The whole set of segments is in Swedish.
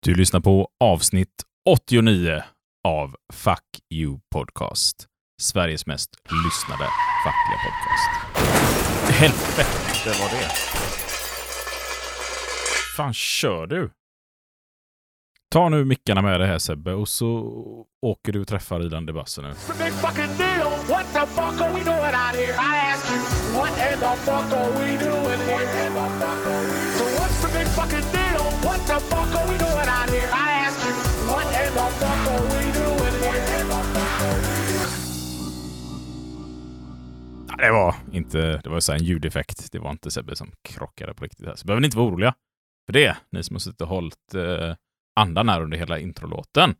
Du lyssnar på avsnitt 89 av Fuck You Podcast. Sveriges mest lyssnade fackliga podcast. Helvete var det. Fan, kör du? Ta nu mickarna med det här, Sebbe, och så åker du och träffar Ilan Debasso nu. Det var inte, det var så här en ljudeffekt. Det var inte Sebbe som krockade på riktigt här. Så behöver ni inte vara oroliga för det. Ni som har suttit och hållit andan här under hela introlåten.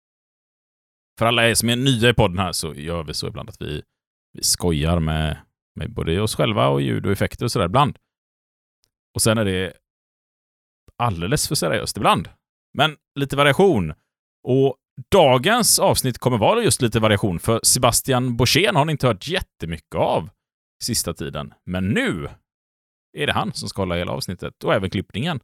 För alla er som är nya i podden här så gör vi så ibland att vi skojar med både oss själva och ljud och effekter och sådär ibland. Och sen är det alldeles för seriöst ibland. Men lite variation. Och dagens avsnitt kommer vara just lite variation, för Sebastian Borssén har ni inte hört jättemycket av sista tiden. Men nu är det han som ska hålla hela avsnittet och även klippningen.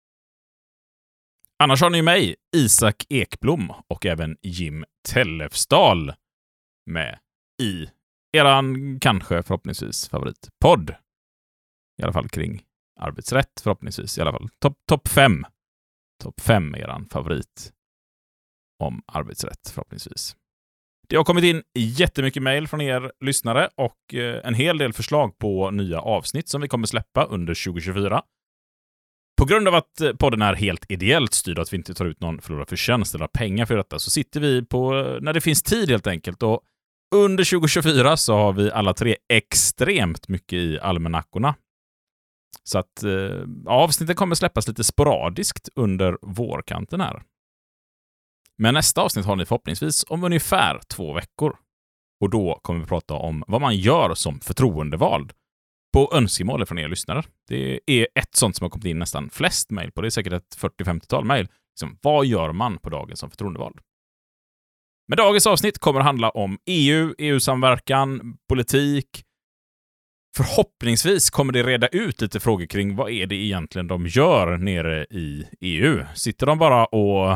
Annars har ni mig, Isak Ekblom och även Jim Tellefsdal med i eran kanske förhoppningsvis favoritpodd. I alla fall kring arbetsrätt förhoppningsvis. I alla fall topp 5. Topp 5 är eran favorit om arbetsrätt förhoppningsvis. Det har kommit in jättemycket mejl från er lyssnare och en hel del förslag på nya avsnitt som vi kommer släppa under 2024. På grund av att podden är helt ideellt styrd, att vi inte tar ut någon förlorad förtjänst eller pengar för detta, så sitter vi på när det finns tid helt enkelt. Och under 2024 så har vi alla tre extremt mycket i almanackorna. Så att avsnittet kommer släppas lite sporadiskt under vårkanten här. Men nästa avsnitt har ni förhoppningsvis om ungefär 2 veckor. Och då kommer vi prata om vad man gör som förtroendevald på önskemål från er lyssnare. Det är ett sånt som har kommit in nästan flest mejl på. Det är säkert ett 40-50-tal mejl. Liksom, vad gör man på dagen som förtroendevald? Men dagens avsnitt kommer att handla om EU, EU-samverkan, politik. Förhoppningsvis kommer det reda ut lite frågor kring vad är det egentligen de gör nere i EU. Sitter de bara och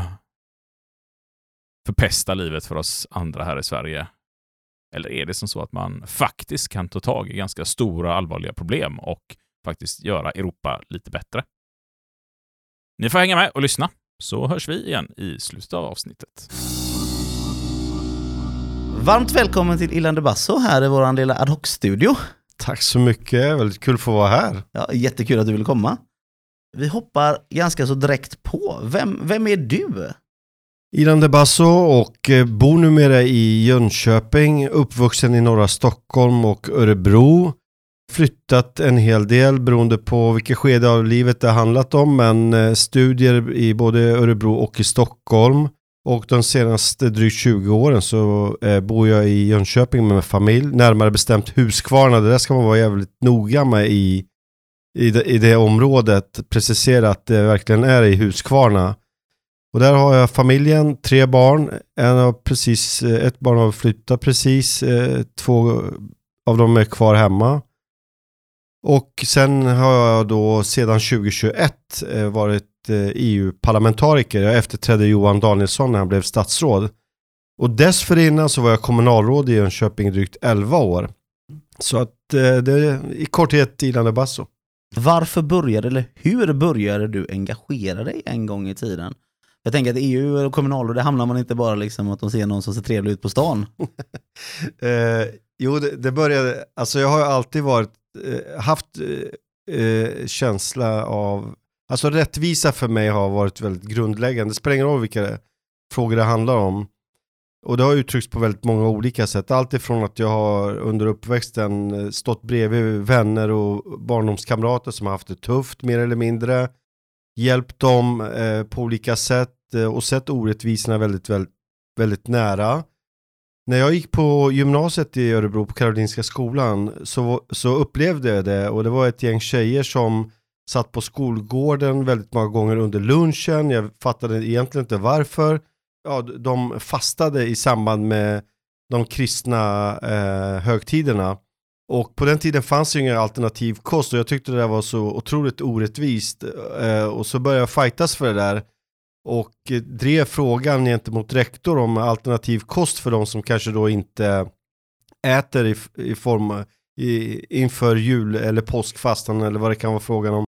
förpesta livet för oss andra här i Sverige? Eller är det som så att man faktiskt kan ta tag i ganska stora allvarliga problem och faktiskt göra Europa lite bättre? Ni får hänga med och lyssna, så hörs vi igen i slutet av avsnittet. Varmt välkommen till Ilan Debasso här i våran lilla ad hoc-studio. Tack så mycket, väldigt kul att få vara här. Ja, jättekul att du vill komma. Vi hoppar ganska så direkt på. Vem är du? Ilan Debasso och bor numera i Jönköping, uppvuxen i norra Stockholm och Örebro. Flyttat en hel del beroende på vilket skede av livet det har handlat om, men studier i både Örebro och i Stockholm. Och de senaste drygt 20 åren så bor jag i Jönköping med familj, närmare bestämt Huskvarna. Det där ska man vara jävligt noga med i det området, precisera att det verkligen är i Huskvarna. Och där har jag familjen, 3 barn. Ett barn har flyttat precis. 2 av dem är kvar hemma. Och sen har jag då sedan 2021 varit EU-parlamentariker. Jag efterträdde Johan Danielsson när han blev statsråd. Och dessförinnan så var jag kommunalråd i Jönköping drygt 11 år. Så att det är i korthet Ilan Debasso. Hur började du engagera dig en gång i tiden? Jag tänker att EU och kommunalråd, det hamnar man inte bara liksom att de ser någon som ser trevlig ut på stan. Jo, det började, alltså jag har alltid haft känsla av, alltså rättvisa för mig har varit väldigt grundläggande. Det spelar ingen roll vilka frågor det handlar om. Och det har uttryckts på väldigt många olika sätt. Allt ifrån att jag har under uppväxten stått bredvid vänner och barndomskamrater som har haft det tufft mer eller mindre. Hjälpt dem på olika sätt och sett orättvisorna väldigt, väldigt, väldigt nära. När jag gick på gymnasiet i Örebro på Karolinska skolan så upplevde jag det. Och det var ett gäng tjejer som satt på skolgården väldigt många gånger under lunchen. Jag fattade egentligen inte varför. Ja, de fastade i samband med de kristna högtiderna. Och på den tiden fanns ju ingen alternativ kost och jag tyckte det där var så otroligt orättvist. Och så började jag fightas för det där. och drev frågan gentemot rektor om alternativ kost för de som kanske då inte äter i form inför jul eller påskfastan eller vad det kan vara frågan om.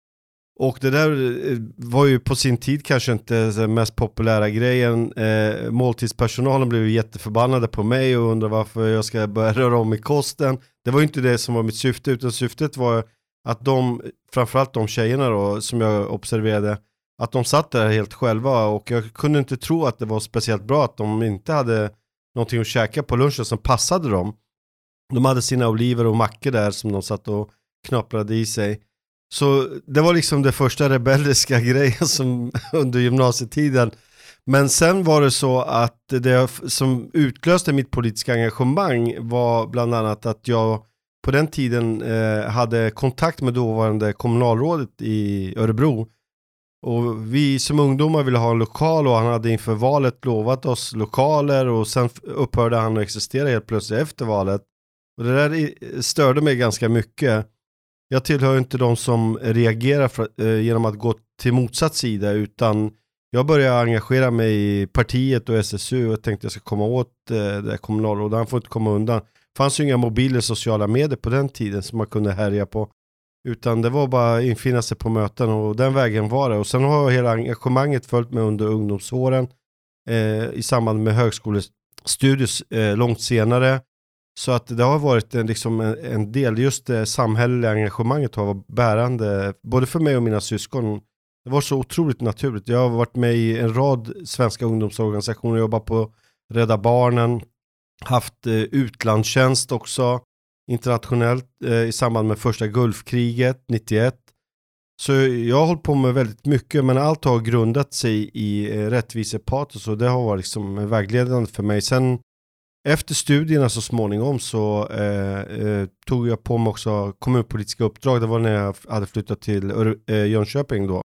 Och det där var ju på sin tid kanske inte den mest populära grejen. Måltidspersonalen blev jätteförbannade på mig och undrade varför jag ska börja röra om i kosten. Det var ju inte det som var mitt syfte, utan syftet var att framförallt de tjejerna då, som jag observerade, att de satt där helt själva och jag kunde inte tro att det var speciellt bra att de inte hade någonting att käka på lunchen som passade dem. De hade sina oliver och mackor där som de satt och knaprade i sig. Så det var liksom det första rebelliska grejen som under gymnasietiden. Men sen var det så att det som utlöste mitt politiska engagemang var bland annat att jag på den tiden hade kontakt med dåvarande kommunalrådet i Örebro. Och vi som ungdomar ville ha en lokal och han hade inför valet lovat oss lokaler och sen upphörde han att existera helt plötsligt efter valet. Och det där störde mig ganska mycket. Jag tillhör inte de som reagerar genom att gå till motsatt sida, utan jag började engagera mig i partiet och SSU och tänkte jag ska komma åt det kommunalrådet. Han får inte komma undan. Det fanns ju inga mobiler sociala medier på den tiden som man kunde härja på. Utan det var bara infinna sig på möten och den vägen var det. Och sen har hela engagemanget följt mig under ungdomsåren i samband med högskolestudier långt senare. Så att det har varit en del, just det samhälleliga engagemanget har varit bärande både för mig och mina syskon. Det var så otroligt naturligt. Jag har varit med i en rad svenska ungdomsorganisationer, jobbat på Rädda Barnen, haft utlandstjänst också internationellt i samband med första Gulfkriget 91. Så jag har hållit på med väldigt mycket, men allt har grundat sig i rättvisepatos och det har varit liksom vägledande för mig. Sen efter studierna så småningom så tog jag på mig också kommunpolitiska uppdrag. Det var när jag hade flyttat till Jönköping då.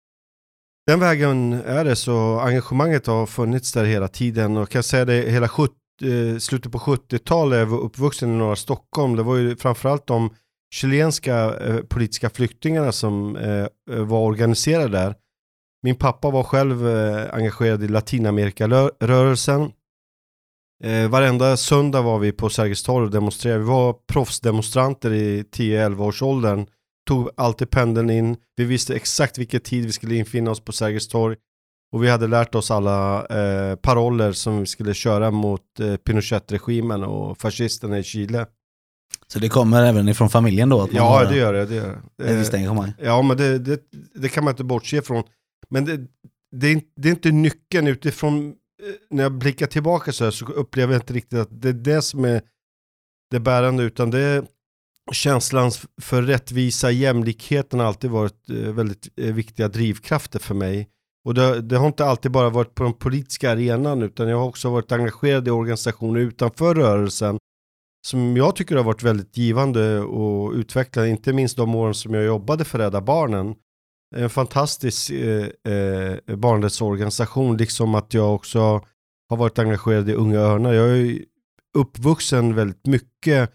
Den vägen är det, så engagemanget har funnits där hela tiden och kan säga det hela slutet på 70-talet. Jag var uppvuxen i norra Stockholm. Det var ju framförallt de chilenska politiska flyktingarna som var organiserade där. Min pappa var själv engagerad i Latinamerika-rörelsen. Varenda söndag var vi på Sergels torg och demonstrerade. Vi var proffsdemonstranter i 10-11 års åldern. Tog alltid pendeln in. Vi visste exakt vilken tid vi skulle infinna oss på Sergels torg. Och vi hade lärt oss alla paroller som vi skulle köra mot Pinochet-regimen och fascisterna i Chile. Så det kommer även ifrån familjen då? Att ja, det gör det. Ett visst engagemang. Ja, men det kan man inte bortse ifrån. Men det är inte nyckeln. Utifrån när jag blickar tillbaka så upplever jag inte riktigt att det är det som är det bärande, utan det är känslan för rättvisa, jämlikheten har alltid varit väldigt viktiga drivkrafter för mig. Och det har inte alltid bara varit på den politiska arenan, utan jag har också varit engagerad i organisationer utanför rörelsen som jag tycker har varit väldigt givande och utvecklande, inte minst de åren som jag jobbade för Rädda Barnen. En fantastisk barnrättsorganisation, liksom att jag också har varit engagerad i Unga Örnar. Jag är uppvuxen väldigt mycket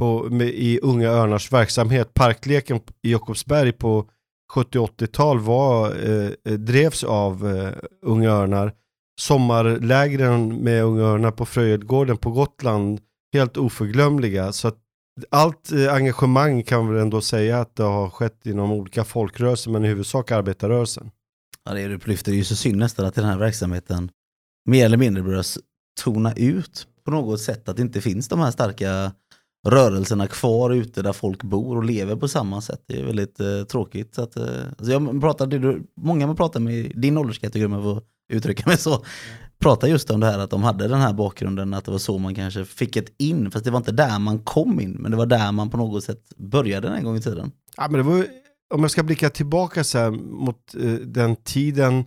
i Unga Örnars verksamhet. Parkleken i Jakobsberg på 70-80-tal drevs av Unga Örnar. Sommarlägren med Unga Örnar på Fröjedgården på Gotland, helt oförglömliga. Så att allt engagemang kan man väl ändå säga att det har skett inom olika folkrörelser, men i huvudsak arbetarrörelsen. Ja, det är du lyfter ju så synd nästan att den här verksamheten mer eller mindre börjar tona ut på något sätt, att det inte finns de här starka rörelserna kvar ute där folk bor och lever på samma sätt. Det är väldigt tråkigt. Så att, alltså många man pratar med i din ålderskategori, om jag får uttrycka mig så, pratar just om det här att de hade den här bakgrunden, att det var så man kanske fick ett in, fast det var inte där man kom in, men det var där man på något sätt började en gång i tiden. Ja, men det var, om jag ska blicka tillbaka så här mot den tiden,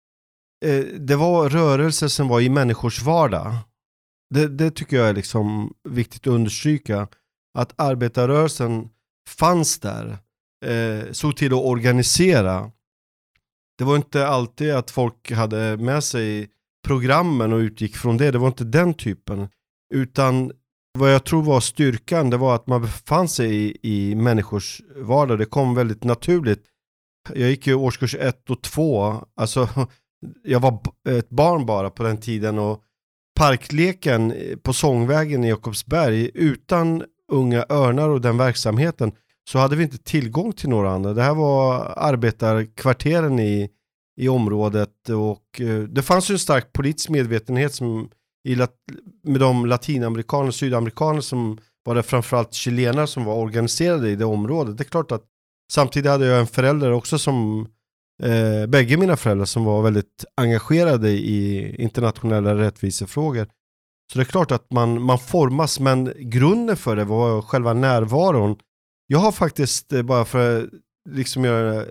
det var rörelser som var i människors vardag. Det tycker jag är liksom viktigt att understryka, att arbetarrörelsen fanns där, såg till att organisera. Det var inte alltid att folk hade med sig programmen och utgick från det. Det var inte den typen. Utan vad jag tror var styrkan, det var att man befann sig i människors vardag. Det kom väldigt naturligt. Jag gick ju årskurs 1 och 2. Alltså jag var ett barn bara på den tiden, och parkleken på Sångvägen i Jakobsberg, utan Unga Örnar och den verksamheten så hade vi inte tillgång till några andra. Det här var arbetarkvarteren i området, och det fanns ju en stark politisk medvetenhet med de latinamerikaner och sydamerikaner som var det, framförallt chilener som var organiserade i det området. Det är klart att samtidigt hade jag en förälder också som bägge mina föräldrar som var väldigt engagerade i internationella rättvisefrågor. Så det är klart att man formas, men grunden för det var själva närvaron. Jag har faktiskt, bara för att liksom göra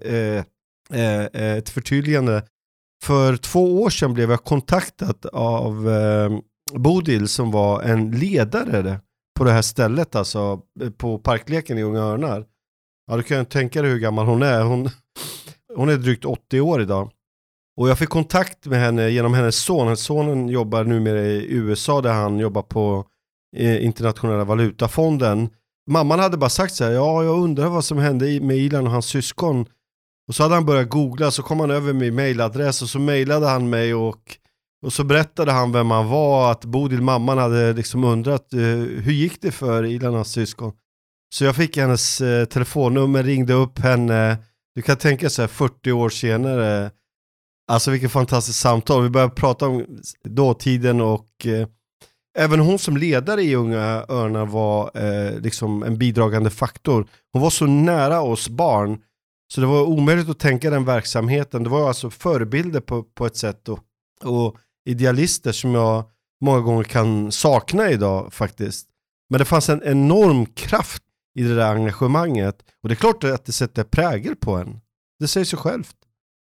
ett förtydligande, för 2 år sedan blev jag kontaktad av Bodil som var en ledare på det här stället, alltså på parkleken i Unga Örnar. Ja, du kan tänka dig hur gammal hon är. Hon är drygt 80 år idag. Och jag fick kontakt med henne genom hennes son. Sonen jobbar numera i USA där han jobbar på internationella valutafonden. Mamman hade bara sagt så här: ja, jag undrar vad som hände med Ilan och hans syskon. Och så hade han börjat googla, så kom han över min mailadress och så mailade han mig och så berättade han vem han var, att Bodil, mamman, hade liksom undrat hur gick det för Ilan och hans syskon. Så jag fick hennes telefonnummer, ringde upp henne. Du kan tänka sig 40 år senare. Alltså vilket fantastiskt samtal. Vi började prata om dåtiden, och även hon som ledare i Unga Örnar var liksom en bidragande faktor. Hon var så nära oss barn, så det var omöjligt att tänka den verksamheten. Det var alltså förebilder på ett sätt, och idealister som jag många gånger kan sakna idag faktiskt. Men det fanns en enorm kraft i det där engagemanget, och det är klart att det sätter prägel på en. Det säger sig självt.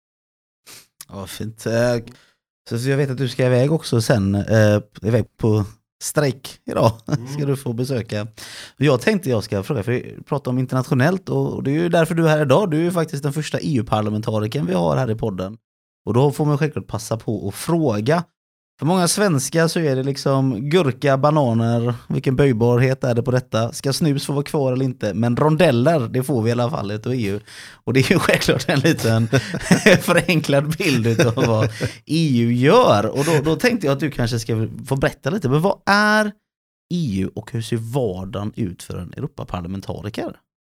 Ja, fint. Så jag vet att du ska iväg också sen, iväg på strejk idag. Ska du få besöka. Jag tänkte jag ska fråga, för vi pratar om internationellt, och det är ju därför du är här idag. Du är ju faktiskt den första EU-parlamentarikern vi har här i podden. Och då får man självklart passa på att fråga. För många svenskar så är det liksom gurka, bananer, vilken böjbarhet är det på detta? Ska snus få vara kvar eller inte? Men rondeller, det får vi i alla fall utav EU. Och det är ju självklart en liten förenklad bild av vad EU gör. Och då tänkte jag att du kanske ska få berätta lite. Men vad är EU och hur ser vardagen ut för en Europaparlamentariker?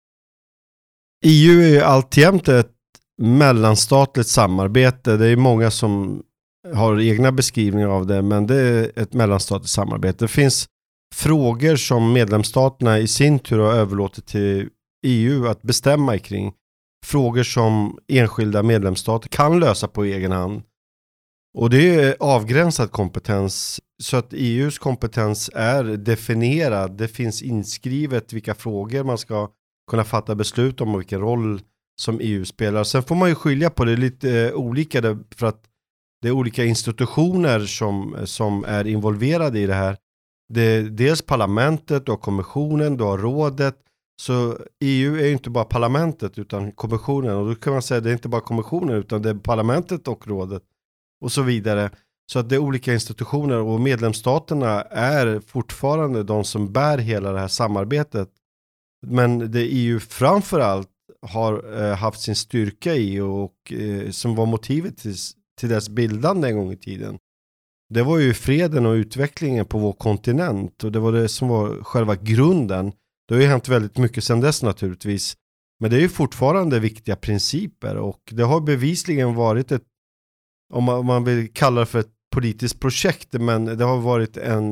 EU är ju alltjämt ett mellanstatligt samarbete. Det är många som har egna beskrivningar av det, men det är ett mellanstatligt samarbete. Det finns frågor som medlemsstaterna i sin tur har överlåtit till EU att bestämma kring. Frågor som enskilda medlemsstater kan lösa på egen hand. Och det är avgränsad kompetens, så att EUs kompetens är definierad. Det finns inskrivet vilka frågor man ska kunna fatta beslut om och vilken roll som EU spelar. Sen får man ju skilja på det lite olika, för att det är olika institutioner som är involverade i det här. Det är dels parlamentet och kommissionen, då rådet. Så EU är ju inte bara parlamentet utan kommissionen. Och då kan man säga att det är inte bara kommissionen utan det är parlamentet och rådet. Och så vidare. Så att det är olika institutioner, och medlemsstaterna är fortfarande de som bär hela det här samarbetet. Men det EU framförallt har haft sin styrka i, och som var motivet till dess bildande en gång i tiden. Det var ju freden och utvecklingen på vår kontinent, och det var det som var själva grunden. Det har ju hänt väldigt mycket sedan dess naturligtvis, men det är ju fortfarande viktiga principer, och det har bevisligen varit ett, om man vill kalla det för ett politiskt projekt, men det har varit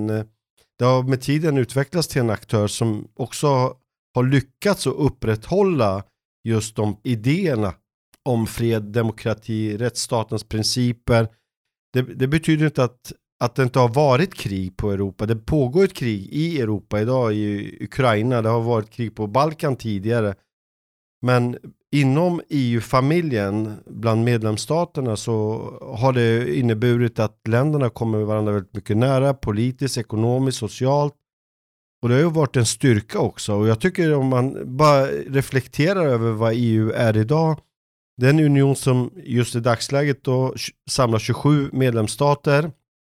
det har med tiden utvecklats till en aktör som också har lyckats att upprätthålla just de idéerna om fred, demokrati, rättsstatens principer. Det betyder inte att det inte har varit krig på Europa. Det pågår ett krig i Europa idag, i Ukraina. Det har varit krig på Balkan tidigare. Men inom EU-familjen, bland medlemsstaterna, så har det inneburit att länderna kommer varandra väldigt mycket nära, politiskt, ekonomiskt, socialt. Och det har ju varit en styrka också. Och jag tycker om man bara reflekterar över vad EU är idag. Det är en union som just i dagsläget då samlar 27 medlemsstater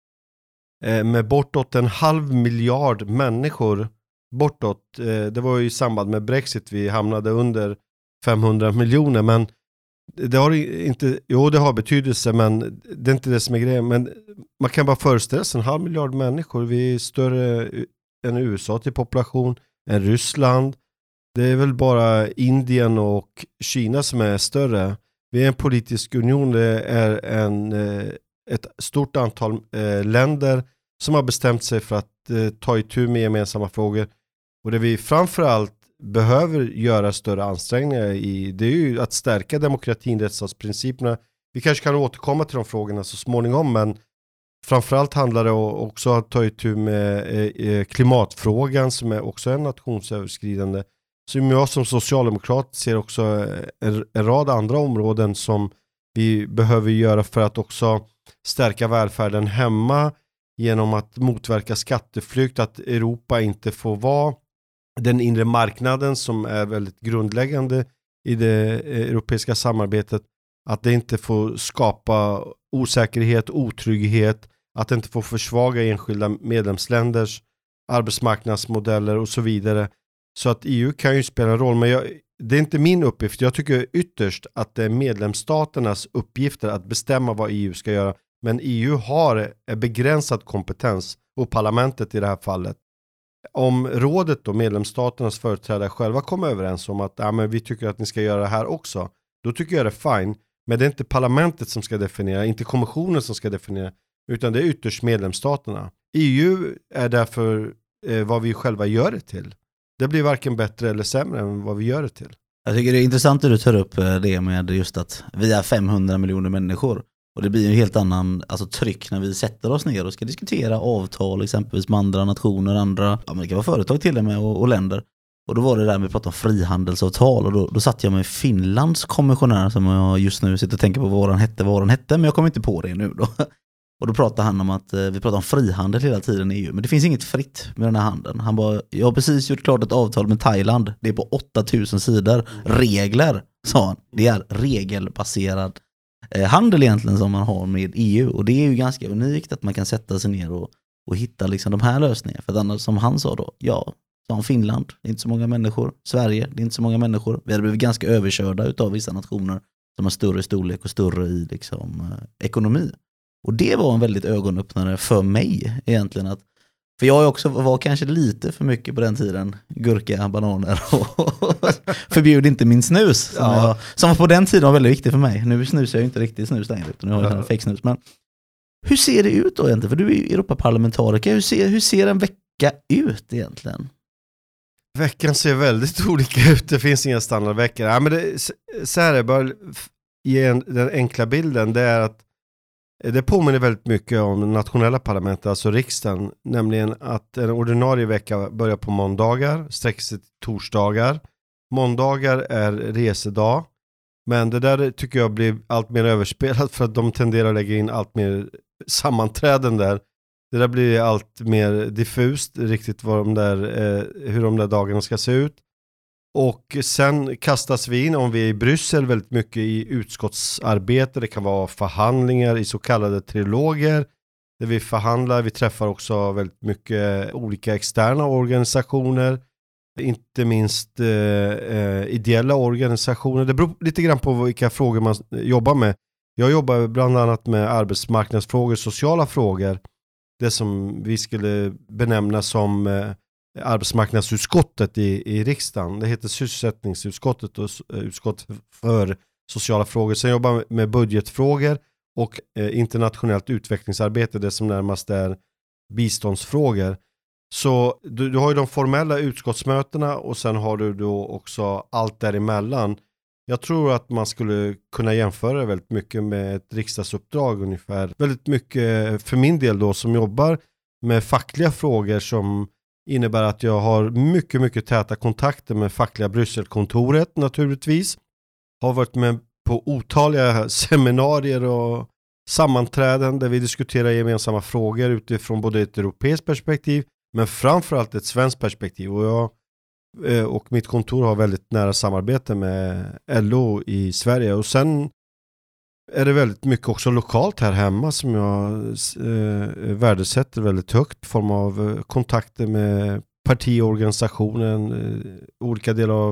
med bortåt 1,5 miljard människor. Bortåt, det var ju i samband med Brexit vi hamnade under 500 miljoner. Men det har inte, jo det har betydelse, men det är inte det som är grejen. Men man kan bara föreställa sig 1,5 miljard människor. Vi är större än USA till population, än Ryssland. Det är väl bara Indien och Kina som är större. Vi är en politisk union, det är ett stort antal länder som har bestämt sig för att ta itu med gemensamma frågor. Och det vi framförallt behöver göra större ansträngningar i, det är ju att stärka demokratin, rättsstatsprinciperna. Vi kanske kan återkomma till de frågorna så småningom, men framförallt handlar det också om att ta itu med klimatfrågan som är också en nationsöverskridande. Så jag som socialdemokrat ser också en rad andra områden som vi behöver göra för att också stärka välfärden hemma genom att motverka skatteflykt, att Europa inte får vara den inre marknaden som är väldigt grundläggande i det europeiska samarbetet, att det inte får skapa osäkerhet, otrygghet, att det inte får försvaga enskilda medlemsländers arbetsmarknadsmodeller och så vidare. Så att EU kan ju spela en roll, men det är inte min uppgift. Jag tycker ytterst att det är medlemsstaternas uppgifter att bestämma vad EU ska göra. Men EU har en begränsad kompetens, och parlamentet i det här fallet. Om rådet och medlemsstaternas företrädare själva kommer överens om att men vi tycker att ni ska göra det här också, då tycker jag det är fine. Men det är inte parlamentet som ska definiera, inte kommissionen som ska definiera, utan det är ytterst medlemsstaterna. EU är därför vad vi själva gör det till. Det blir varken bättre eller sämre än vad vi gör det till. Jag tycker det är intressant att du tar upp det med just att vi är 500 miljoner människor. Och det blir en helt annan tryck när vi sätter oss ner och ska diskutera avtal exempelvis med andra nationer, andra, ja, men det kan vara företag till och med och länder. Och då var det där med att prata om frihandelsavtal, och då satt jag med Finlands kommissionär som jag just nu sitter och tänker på vad han hette, men jag kommer inte på det nu då. Och då pratade han om att vi pratar om frihandel hela tiden i EU, men det finns inget fritt med den här handeln. Han bara, jag har precis gjort klart ett avtal med Thailand, det är på 8000 sidor, regler, sa han. Det är regelbaserad handel egentligen som man har med EU, och det är ju ganska unikt att man kan sätta sig ner och hitta liksom de här lösningarna. För att annars, som han sa då, som Finland, det är inte så många människor, Sverige, det är inte så många människor, vi hade blivit ganska överkörda utav vissa nationer som har större storlek och större i ekonomi. Och det var en väldigt ögonöppnare för mig egentligen, för jag också var kanske lite för mycket på den tiden gurka, bananer och förbjöd inte min snus som på den tiden var väldigt viktig för mig. Nu snusar jag ju inte riktigt snus längre, utan jag har fake snus. Men hur ser det ut då egentligen? För du är ju Europaparlamentariker. Hur ser en vecka ut egentligen? Veckan ser väldigt olika ut. Det finns inga standardveckor. Ja, men så här är bara ge den enkla bilden. Det är att det påminner väldigt mycket om nationella parlamentet, alltså riksdagen. Nämligen att en ordinarie vecka börjar på måndagar, sträcker sig till torsdagar. Måndagar är resedag. Men det där tycker jag blir allt mer överspelat för att de tenderar att lägga in allt mer sammanträden där. Det där blir allt mer diffust riktigt hur de där dagarna ska se ut. Och sen kastas vi in, om vi är i Bryssel, väldigt mycket i utskottsarbete. Det kan vara förhandlingar i så kallade triloger där vi förhandlar. Vi träffar också väldigt mycket olika externa organisationer. Inte minst ideella organisationer. Det beror lite grann på vilka frågor man jobbar med. Jag jobbar bland annat med arbetsmarknadsfrågor, sociala frågor. Det som vi skulle benämna som arbetsmarknadsutskottet i riksdagen. Det heter sysselsättningsutskottet och utskott för sociala frågor. Sen jobbar jag med budgetfrågor och internationellt utvecklingsarbete, det som närmast är biståndsfrågor. Så du har ju de formella utskottsmötena och sen har du då också allt däremellan. Jag tror att man skulle kunna jämföra väldigt mycket med ett riksdagsuppdrag ungefär. Väldigt mycket för min del då som jobbar med fackliga frågor som innebär att jag har mycket, mycket täta kontakter med fackliga Brysselkontoret naturligtvis. Har varit med på otaliga seminarier och sammanträden där vi diskuterar gemensamma frågor utifrån både ett europeiskt perspektiv men framförallt ett svenskt perspektiv. Och jag och mitt kontor har väldigt nära samarbete med LO i Sverige. Och sen är det väldigt mycket också lokalt här hemma som jag värdesätter väldigt högt i form av kontakter med partiorganisationen, olika delar av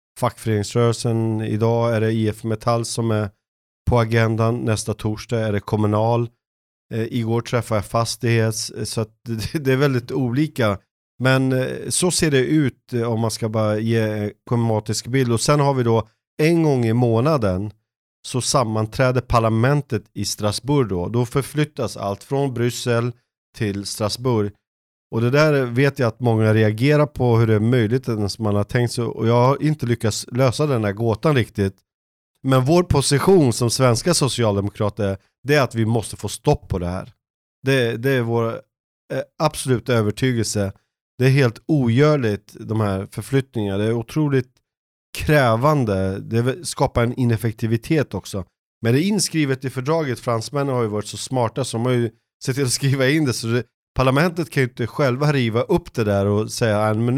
fackföreningsrörelsen. Idag är det IF Metall som är på agendan. Nästa torsdag är det Kommunal. Igår träffade jag Fastighets. Så att det är väldigt olika. Men så ser det ut om man ska bara ge en schematisk bild. Och sen har vi då en gång i månaden så sammanträder parlamentet i Strasbourg då. Då förflyttas allt från Bryssel till Strasbourg. Och det där vet jag att många reagerar på, hur det är möjligt ens man har tänkt sig. Och jag har inte lyckats lösa den här gåtan riktigt. Men vår position som svenska socialdemokrater, det är att vi måste få stopp på det här. Det är vår absolut övertygelse. Det är helt ogörligt, de här förflyttningarna. Det är otroligt krävande. Det skapar en ineffektivitet också. Men det är inskrivet i fördraget. Fransmännen har ju varit så smarta så de har ju sett till att skriva in det. Så parlamentet kan ju inte själva riva upp det där och säga men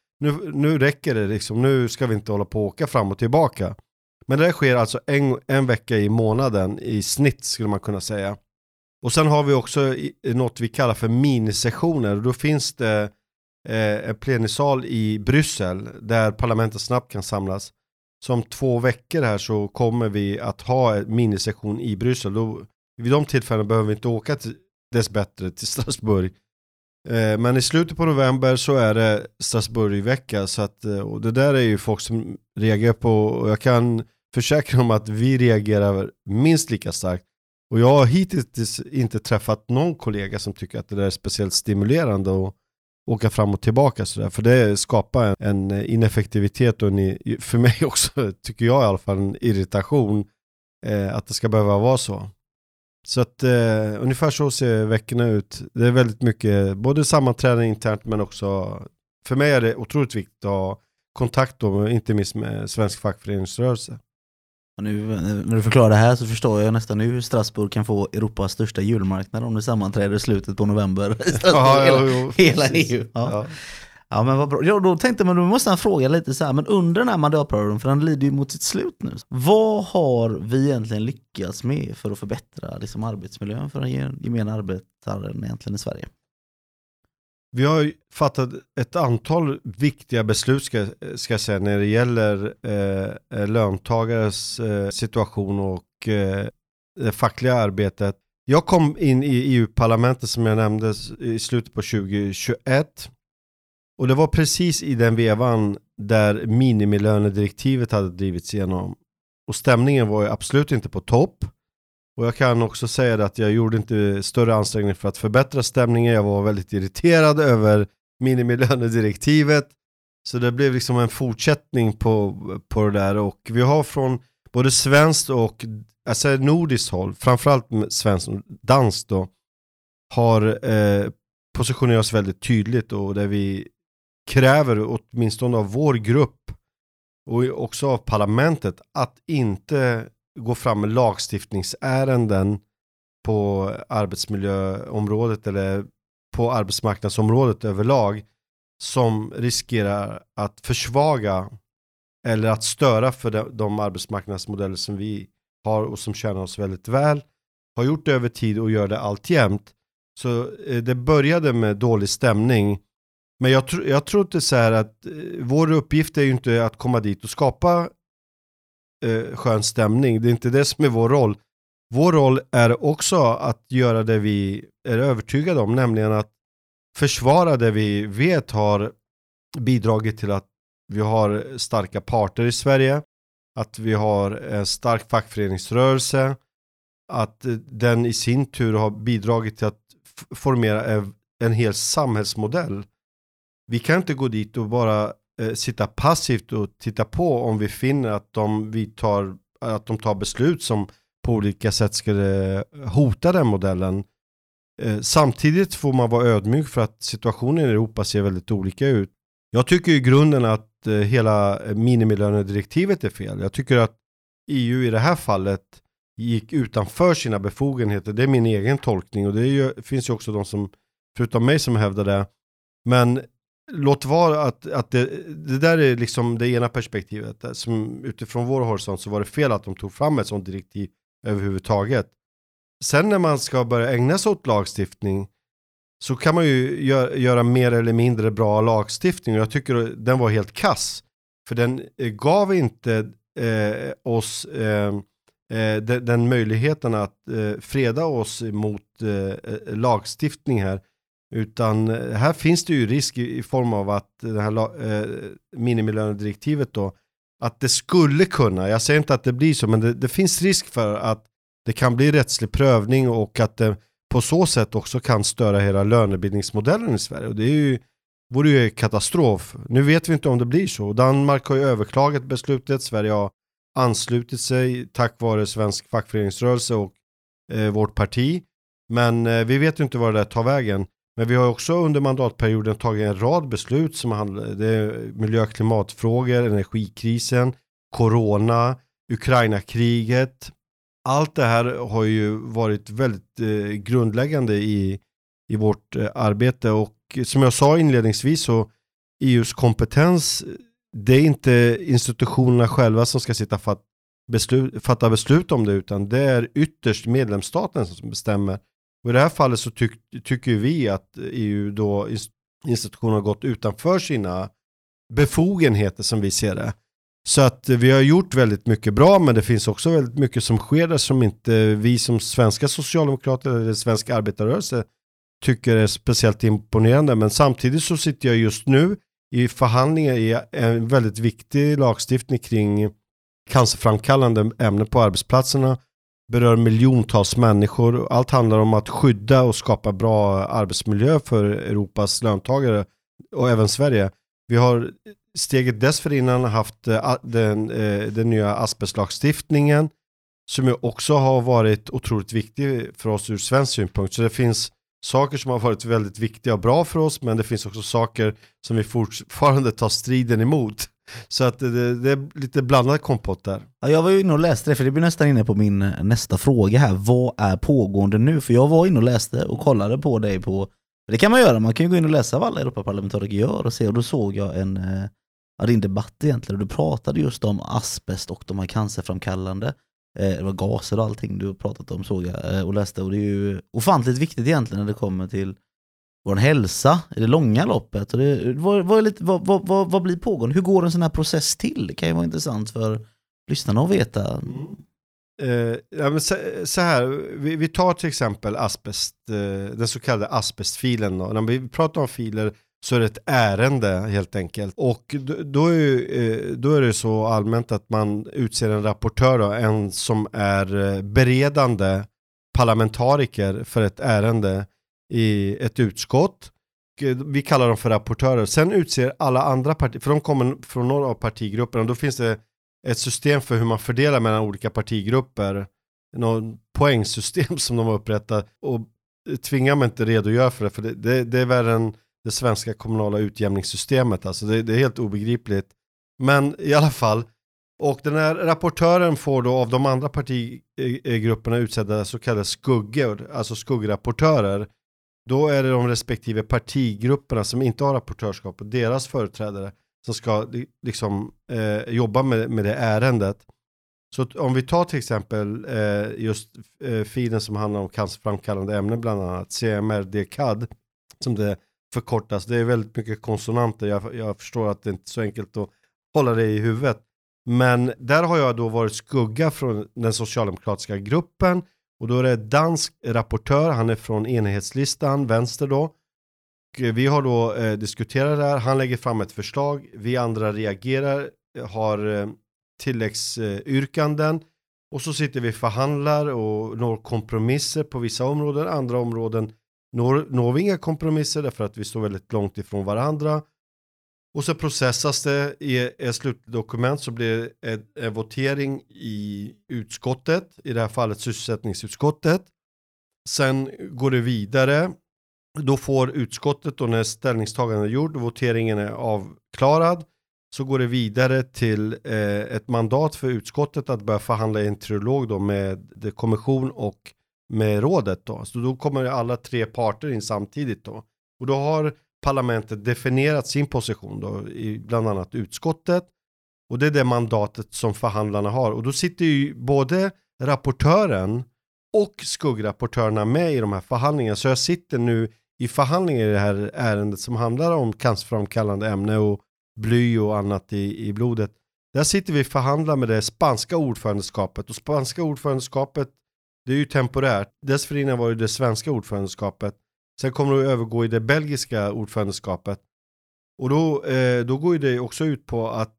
nu räcker det liksom. Nu ska vi inte hålla på och åka fram och tillbaka. Men det sker alltså en vecka i månaden i snitt skulle man kunna säga. Och sen har vi också något vi kallar för minisessioner. Då finns det en plenisal i Bryssel där parlamentet snabbt kan samlas. Så om 2 veckor här så kommer vi att ha en minisession i Bryssel. Vid de tillfällen behöver vi inte åka dess bättre till Strasbourg. Men i slutet på november så är det Strasbourg-vecka. Så att, och det där är ju folk som reagerar på. Och jag kan försäkra om att vi reagerar minst lika starkt. Och jag har hittills inte träffat någon kollega som tycker att det där är speciellt stimulerande att åka fram och tillbaka sådär. För det skapar en ineffektivitet och för mig också, tycker jag i alla fall, en irritation att det ska behöva vara så. Så att ungefär så ser veckorna ut. Det är väldigt mycket, både sammanträden internt men också, för mig är det otroligt viktigt att ha kontakt då, inte minst med svensk fackföreningsrörelse. Och nu när du förklarar det här så förstår jag nästan hur Strasbourg kan få Europas största julmarknad om det sammanträder i slutet på november i Strasbourg, hela EU. Ja, men vad bra. Ja, då tänkte man, då måste jag fråga lite så här, men under den här mandatperioden, för den lider ju mot sitt slut nu. Vad har vi egentligen lyckats med för att förbättra liksom arbetsmiljön för den gemena arbetaren egentligen i Sverige? Vi har fattat ett antal viktiga beslut ska jag säga när det gäller löntagares situation och det fackliga arbetet. Jag kom in i EU-parlamentet som jag nämnde i slutet på 2021 och det var precis i den vevan där minimilönedirektivet hade drivits igenom och stämningen var ju absolut inte på topp. Och jag kan också säga att jag gjorde inte större ansträngning för att förbättra stämningen. Jag var väldigt irriterad över minimilönedirektivet. Så det blev liksom en fortsättning på det där. Och vi har från både svenskt och alltså nordiskt håll, framförallt svenskt och danskt då, har positionerat oss väldigt tydligt och där vi kräver åtminstone av vår grupp och också av parlamentet att inte gå fram med lagstiftningsärenden på arbetsmiljöområdet eller på arbetsmarknadsområdet överlag som riskerar att försvaga eller att störa för de arbetsmarknadsmodeller som vi har och som tjänar oss väldigt väl, har gjort det över tid och gör det alltjämt. Så det började med dålig stämning. Men jag tror inte så här att vår uppgift är ju inte att komma dit och skapa skön stämning. Det är inte det som är vår roll. Vår roll är också att göra det vi är övertygade om, nämligen att försvara det vi vet har bidragit till att vi har starka parter i Sverige, att vi har en stark fackföreningsrörelse, att den i sin tur har bidragit till att formera en hel samhällsmodell. Vi kan inte gå dit och bara sitta passivt och titta på om vi finner att de tar beslut som på olika sätt skulle hota den modellen. Samtidigt får man vara ödmjuk för att situationen i Europa ser väldigt olika ut. Jag tycker i grunden att hela minimilönedirektivet är fel. Jag tycker att EU i det här fallet gick utanför sina befogenheter. Det är min egen tolkning och finns ju också de som, förutom mig, som hävdar det. Men låt vara att det där är liksom det ena perspektivet. Som utifrån vår horisont så var det fel att de tog fram ett sådant direktiv överhuvudtaget. Sen när man ska börja ägna sig åt lagstiftning så kan man ju göra mer eller mindre bra lagstiftning. Och jag tycker den var helt kass. För den gav inte oss den möjligheten att freda oss mot lagstiftning här. Utan här finns det ju risk i form av att det här minimilönedirektivet då, att det skulle kunna, jag säger inte att det blir så, men det finns risk för att det kan bli rättslig prövning och att det på så sätt också kan störa hela lönebildningsmodellen i Sverige. Och det vore ju katastrof. Nu vet vi inte om det blir så. Danmark har ju överklagat beslutet, Sverige har anslutit sig tack vare svensk fackföreningsrörelse och vårt parti. Men vi vet ju inte vad det där tar vägen. Men vi har också under mandatperioden tagit en rad beslut som handlar om miljö- och klimatfrågor, energikrisen, corona, Ukraina-kriget. Allt det här har ju varit väldigt grundläggande i vårt arbete. Och som jag sa inledningsvis så EUs kompetens, det är inte institutionerna själva som ska sitta fatta beslut om det, utan det är ytterst medlemsstaten som bestämmer. Och i det här fallet så tycker vi att EU då institutioner har gått utanför sina befogenheter som vi ser det. Så att vi har gjort väldigt mycket bra, men det finns också väldigt mycket som sker där som inte vi som svenska socialdemokrater eller svensk arbetarrörelse tycker är speciellt imponerande. Men samtidigt så sitter jag just nu i förhandlingar i en väldigt viktig lagstiftning kring cancerframkallande ämnen på arbetsplatserna. Berör miljontals människor. Allt handlar om att skydda och skapa bra arbetsmiljö för Europas löntagare och även Sverige. Vi har steget dessförinnan haft den nya asbestlagstiftningen som ju också har varit otroligt viktig för oss ur svensk synpunkt. Så det finns saker som har varit väldigt viktiga och bra för oss, men det finns också saker som vi fortfarande tar striden emot. Så att det är lite blandad kompott där. Ja, jag var ju inne och läste det, för det blir nästan inne på min nästa fråga här. Vad är pågående nu? För jag var inne och läste och kollade på dig på... Det kan man göra, man kan ju gå in och läsa vad alla Europaparlamentariker gör och se. Och då såg jag din debatt egentligen. Och du pratade just om asbest och de här cancerframkallande. Det var gaser och allting du pratat om, såg jag och läste. Och det är ju ofantligt viktigt egentligen när det kommer till vår hälsa i det långa loppet. Och vad blir pågående? Hur går en sån här process till? Det kan ju vara intressant för lyssnarna att veta. Ja, men så här, vi tar till exempel asbest, den så kallade asbestfilen. När vi pratar om filer så är det ett ärende helt enkelt. Och då är det så allmänt att man utser en rapportör då, en som är beredande parlamentariker för ett ärende i ett utskott. Vi kallar dem för rapportörer. Sen utser alla andra partier, för de kommer från några av partigrupperna. Då finns det ett system för hur man fördelar mellan olika partigrupper. Någon poängsystem som de har upprättat. Och tvingar man inte redogöra för det. För det är värre än det svenska kommunala utjämningssystemet. Alltså det är helt obegripligt. Men i alla fall. Och den här rapportören får då av de andra partigrupperna utsedda så kallade skuggor. Alltså skuggrapportörer. Då är det de respektive partigrupperna som inte har rapportörskap och deras företrädare som ska liksom jobba med det ärendet. Så om vi tar till exempel just filen som handlar om cancerframkallande ämnen, bland annat CMR-DCAD som det förkortas. Det är väldigt mycket konsonanter. Jag förstår att det inte är så enkelt att hålla det i huvudet. Men där har jag då varit skugga från den socialdemokratiska gruppen. Och då är det dansk rapportör, han är från enhetslistan, vänster då. Och vi har då diskuterat det här, han lägger fram ett förslag, vi andra reagerar, har tilläggsyrkanden. Och så sitter vi förhandlar och når kompromisser på vissa områden, andra områden når vi inga kompromisser därför att vi står väldigt långt ifrån varandra. Och så processas det i ett slutdokument, så blir det en votering i utskottet, i det här fallet sysselsättningsutskottet. Sen går det vidare. Då får utskottet, då när ställningstagandet är gjord och voteringen är avklarad, så går det vidare till ett mandat för utskottet att börja förhandla i en trilog då med kommission och med rådet då. Så då kommer alla tre parter in samtidigt då. Och då har parlamentet definierat sin position då, i bland annat utskottet. Och det är det mandatet som förhandlarna har. Och då sitter ju både rapportören och skuggrapportörerna med i de här förhandlingarna. Så jag sitter nu i förhandlingar i det här ärendet som handlar om cancerframkallande ämne. Och bly och annat i blodet. Där sitter vi och förhandlar med det spanska ordförandeskapet. Och spanska ordförandeskapet, det är ju temporärt. Dessförinnan var det svenska ordförandeskapet. Sen kommer det att övergå i det belgiska ordförandeskapet. Och då går det också ut på att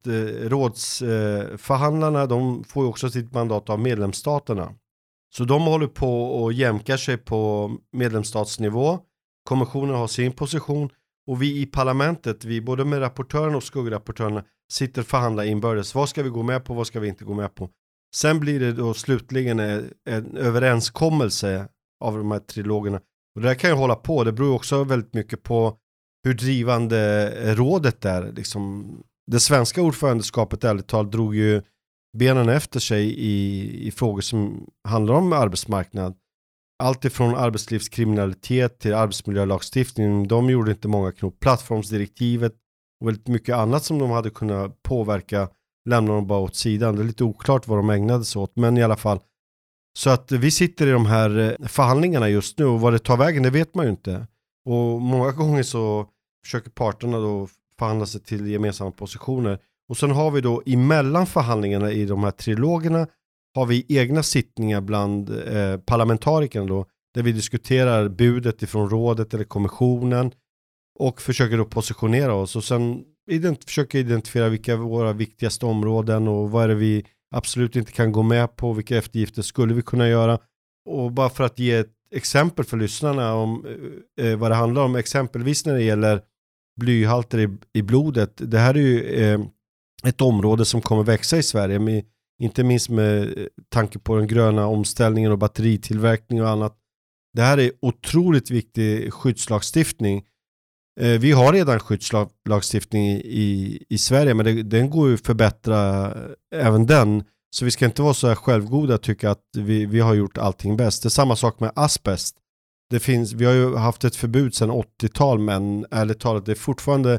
rådsförhandlarna, de får ju också sitt mandat av medlemsstaterna. Så de håller på och jämkar sig på medlemsstatsnivå. Kommissionen har sin position. Och vi i parlamentet, vi både med rapportören och skuggrapportörerna sitter och förhandlar inbördes. Vad ska vi gå med på, vad ska vi inte gå med på? Sen blir det då slutligen en överenskommelse av de här trilogerna. Och det här kan ju hålla på, det beror också väldigt mycket på hur drivande rådet är. Liksom, det svenska ordförandeskapet ärligt talat drog ju benen efter sig i frågor som handlar om arbetsmarknad. Allt ifrån arbetslivskriminalitet till arbetsmiljölagstiftning. De gjorde inte många knop. Plattformsdirektivet och väldigt mycket annat som de hade kunnat påverka lämnar de bara åt sidan. Det är lite oklart vad de ägnade sig åt, men i alla fall. Så att vi sitter i de här förhandlingarna just nu och vad det tar vägen, det vet man ju inte. Och många gånger så försöker parterna då förhandla sig till gemensamma positioner. Och sen har vi då emellan förhandlingarna i de här trilogerna har vi egna sittningar bland parlamentarikerna då, där vi diskuterar budet ifrån rådet eller kommissionen och försöker då positionera oss och sen försöker identifiera vilka våra viktigaste områden och vad är det vi absolut inte kan gå med på, vilka eftergifter skulle vi kunna göra. Och bara för att ge ett exempel för lyssnarna om vad det handlar om, exempelvis när det gäller blyhalter i blodet. Det här är ju ett område som kommer växa i Sverige, inte minst med tanke på den gröna omställningen och batteritillverkning och annat. Det här är otroligt viktig skyddslagstiftning. Vi har redan skyddslagstiftning i Sverige, men den går ju att förbättra även den. Så vi ska inte vara så här självgoda och tycka att vi har gjort allting bäst. Det är samma sak med asbest. Vi har ju haft ett förbud sedan 80-tal, men ärligt talat det är fortfarande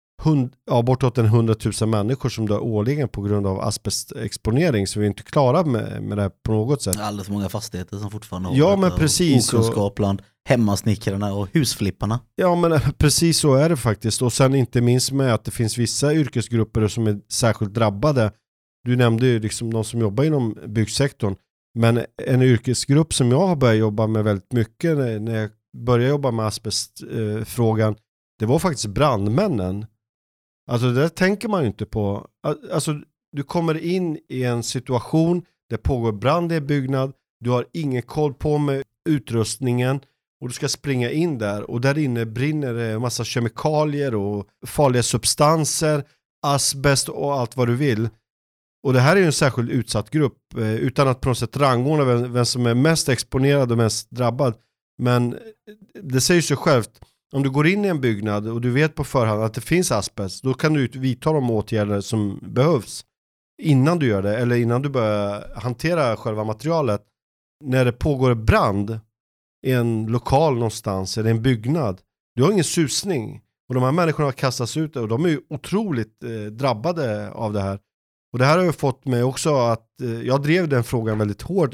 bortåt 100 000 människor som dör årligen på grund av asbestexponering, så vi är inte klara med det här på något sätt. Alldeles för många fastigheter som fortfarande har men precis, okunskap bland hemmasnickarna och husflipparna. Ja, men precis så är det faktiskt. Och sen inte minst med att det finns vissa yrkesgrupper som är särskilt drabbade. Du nämnde ju liksom de som jobbar inom byggsektorn. Men en yrkesgrupp som jag har börjat jobba med väldigt mycket när jag började jobba med asbestfrågan, det var faktiskt brandmännen. Alltså det tänker man ju inte på. Alltså du kommer in i en situation där pågår brand i en byggnad, du har ingen koll på med utrustningen och du ska springa in där och där inne brinner det en massa kemikalier och farliga substanser, asbest och allt vad du vill. Och det här är ju en särskilt utsatt grupp utan att på något sätt rangordna vem som är mest exponerad och mest drabbad. Men det säger sig självt. Om du går in i en byggnad och du vet på förhand att det finns asbest, då kan du vidta de åtgärder som behövs innan du gör det eller innan du börjar hantera själva materialet. När det pågår brand i en lokal någonstans eller en byggnad, du har ingen susning och de här människorna har kastats ut och de är ju otroligt drabbade av det här. Och det här har ju fått mig också att jag drev den frågan väldigt hårt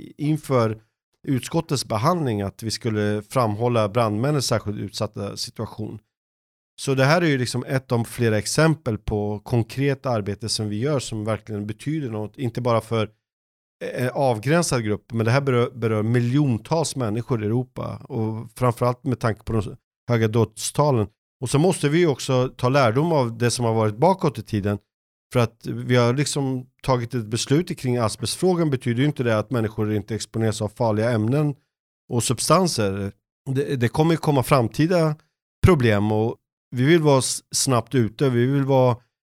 inför utskottets behandling att vi skulle framhålla brandmännens särskilt utsatta situation. Så det här är ju liksom ett av flera exempel på konkret arbete som vi gör som verkligen betyder något, inte bara för en avgränsad grupp, men det här berör miljontals människor i Europa och framförallt med tanke på de höga dödstalen. Och så måste vi också ta lärdom av det som har varit bakåt i tiden. För att vi har liksom tagit ett beslut kring asbestfrågan betyder ju inte det att människor inte exponeras av farliga ämnen och substanser. Det kommer ju komma framtida problem och vi vill vara snabbt ute. Vi vill vara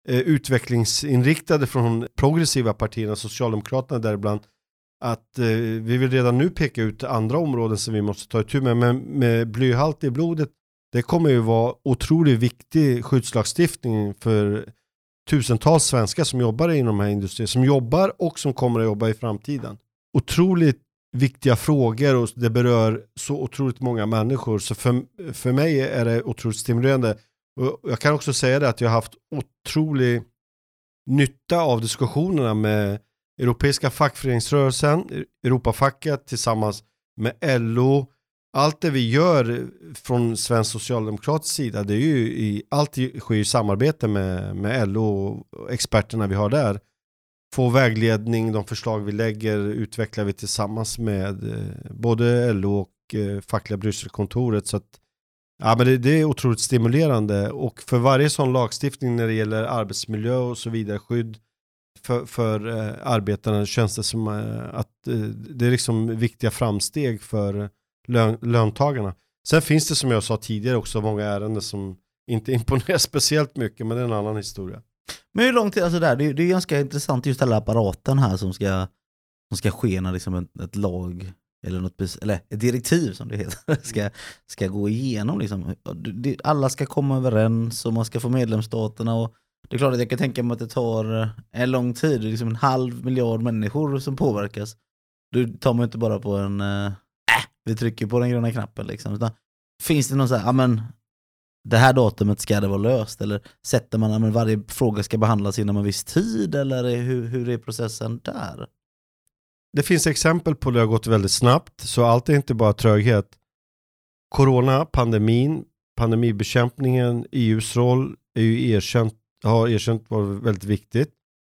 utvecklingsinriktade från progressiva partierna, Socialdemokraterna däribland. Att vi vill redan nu peka ut andra områden som vi måste ta itu med. Men med blyhalt i blodet, det kommer ju vara otroligt viktig skyddslagstiftning för tusentals svenskar som jobbar inom den här industrin, som jobbar och som kommer att jobba i framtiden. Otroligt viktiga frågor och det berör så otroligt många människor. Så för mig är det otroligt stimulerande. Och jag kan också säga det att jag har haft otrolig nytta av diskussionerna med europeiska fackföreningsrörelsen, Europafacket tillsammans med LO, allt det vi gör från svensk socialdemokratisk sida, det är ju allt sker i samarbete med LO och experterna vi har där. Få vägledning, de förslag vi lägger utvecklar vi tillsammans med både LO och fackliga Brysselkontoret. Så att, ja, men det är otroligt stimulerande, och för varje sån lagstiftning när det gäller arbetsmiljö och så vidare, skydd för arbetarna, känns det som att det är liksom viktiga framsteg för löntagarna. Sen finns det, som jag sa tidigare, också många ärenden som inte imponerar speciellt mycket, men det är en annan historia. Men hur lång tid, alltså där, det är ganska intressant just hela apparaten här som ska ske när liksom ett lag eller ett direktiv som det heter ska gå igenom liksom. Alla ska komma överens och man ska få medlemsstaterna, och det är klart att jag kan tänka mig att det tar en lång tid. Det är liksom 500 miljoner människor som påverkas. Du tar man inte bara på vi trycker på den gröna knappen liksom. Utan, finns det någon så här, men det här datumet ska det vara löst, eller sätter man att varje fråga ska behandlas inom en viss tid, eller hur är processen där? Det finns exempel på det har gått väldigt snabbt, så allt är inte bara tröghet. Corona, pandemibekämpningen, EUs roll är ju har erkänt var väldigt viktigt.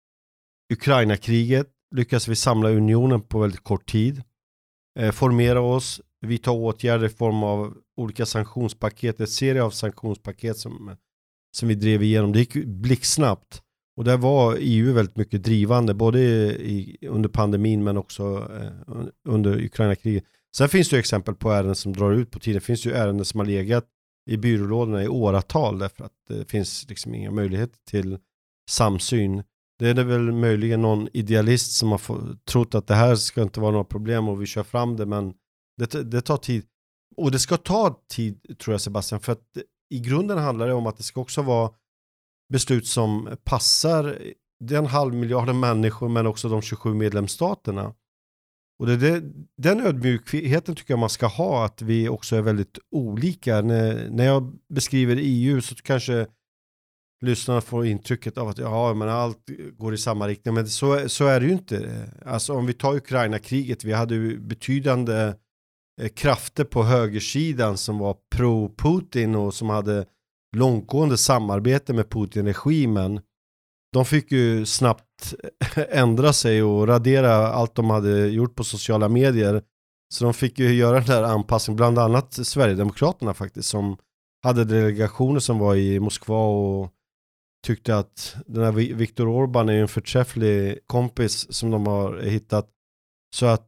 Ukraina-kriget lyckas vi samla unionen på väldigt kort tid. Formera oss, vi tar åtgärder i form av olika sanktionspaket, ett serie av sanktionspaket som vi drev igenom. Det gick blixtsnabbt, och där var EU väldigt mycket drivande, både under pandemin men också under Ukraina-kriget. Sen finns det ju exempel på ärenden som drar ut på tiden. Det finns ju ärenden som har legat i byrålådorna i åratal därför att det finns liksom inga möjligheter till samsyn. Det är väl möjligen någon idealist som har trott att det här ska inte vara några problem och vi kör fram det, men det tar tid. Och det ska ta tid, tror jag, Sebastian, för att i grunden handlar det om att det ska också vara beslut som passar den 500 miljoner människor men också de 27 medlemsstaterna. Och den ödmjukheten tycker jag man ska ha, att vi också är väldigt olika. När jag beskriver EU så kanske lyssnarna får intrycket av att men allt går i samma riktning. Men så är det ju inte. Alltså om vi tar Ukraina-kriget, vi hade ju betydande krafter på högersidan som var pro-Putin och som hade långtgående samarbete med Putin-regimen. De fick ju snabbt ändra sig och radera allt de hade gjort på sociala medier. Så de fick ju göra den där anpassningen, bland annat Sverigedemokraterna faktiskt, som hade delegationer som var i Moskva och tyckte att den här Viktor Orbán är en förträfflig kompis som de har hittat. Så att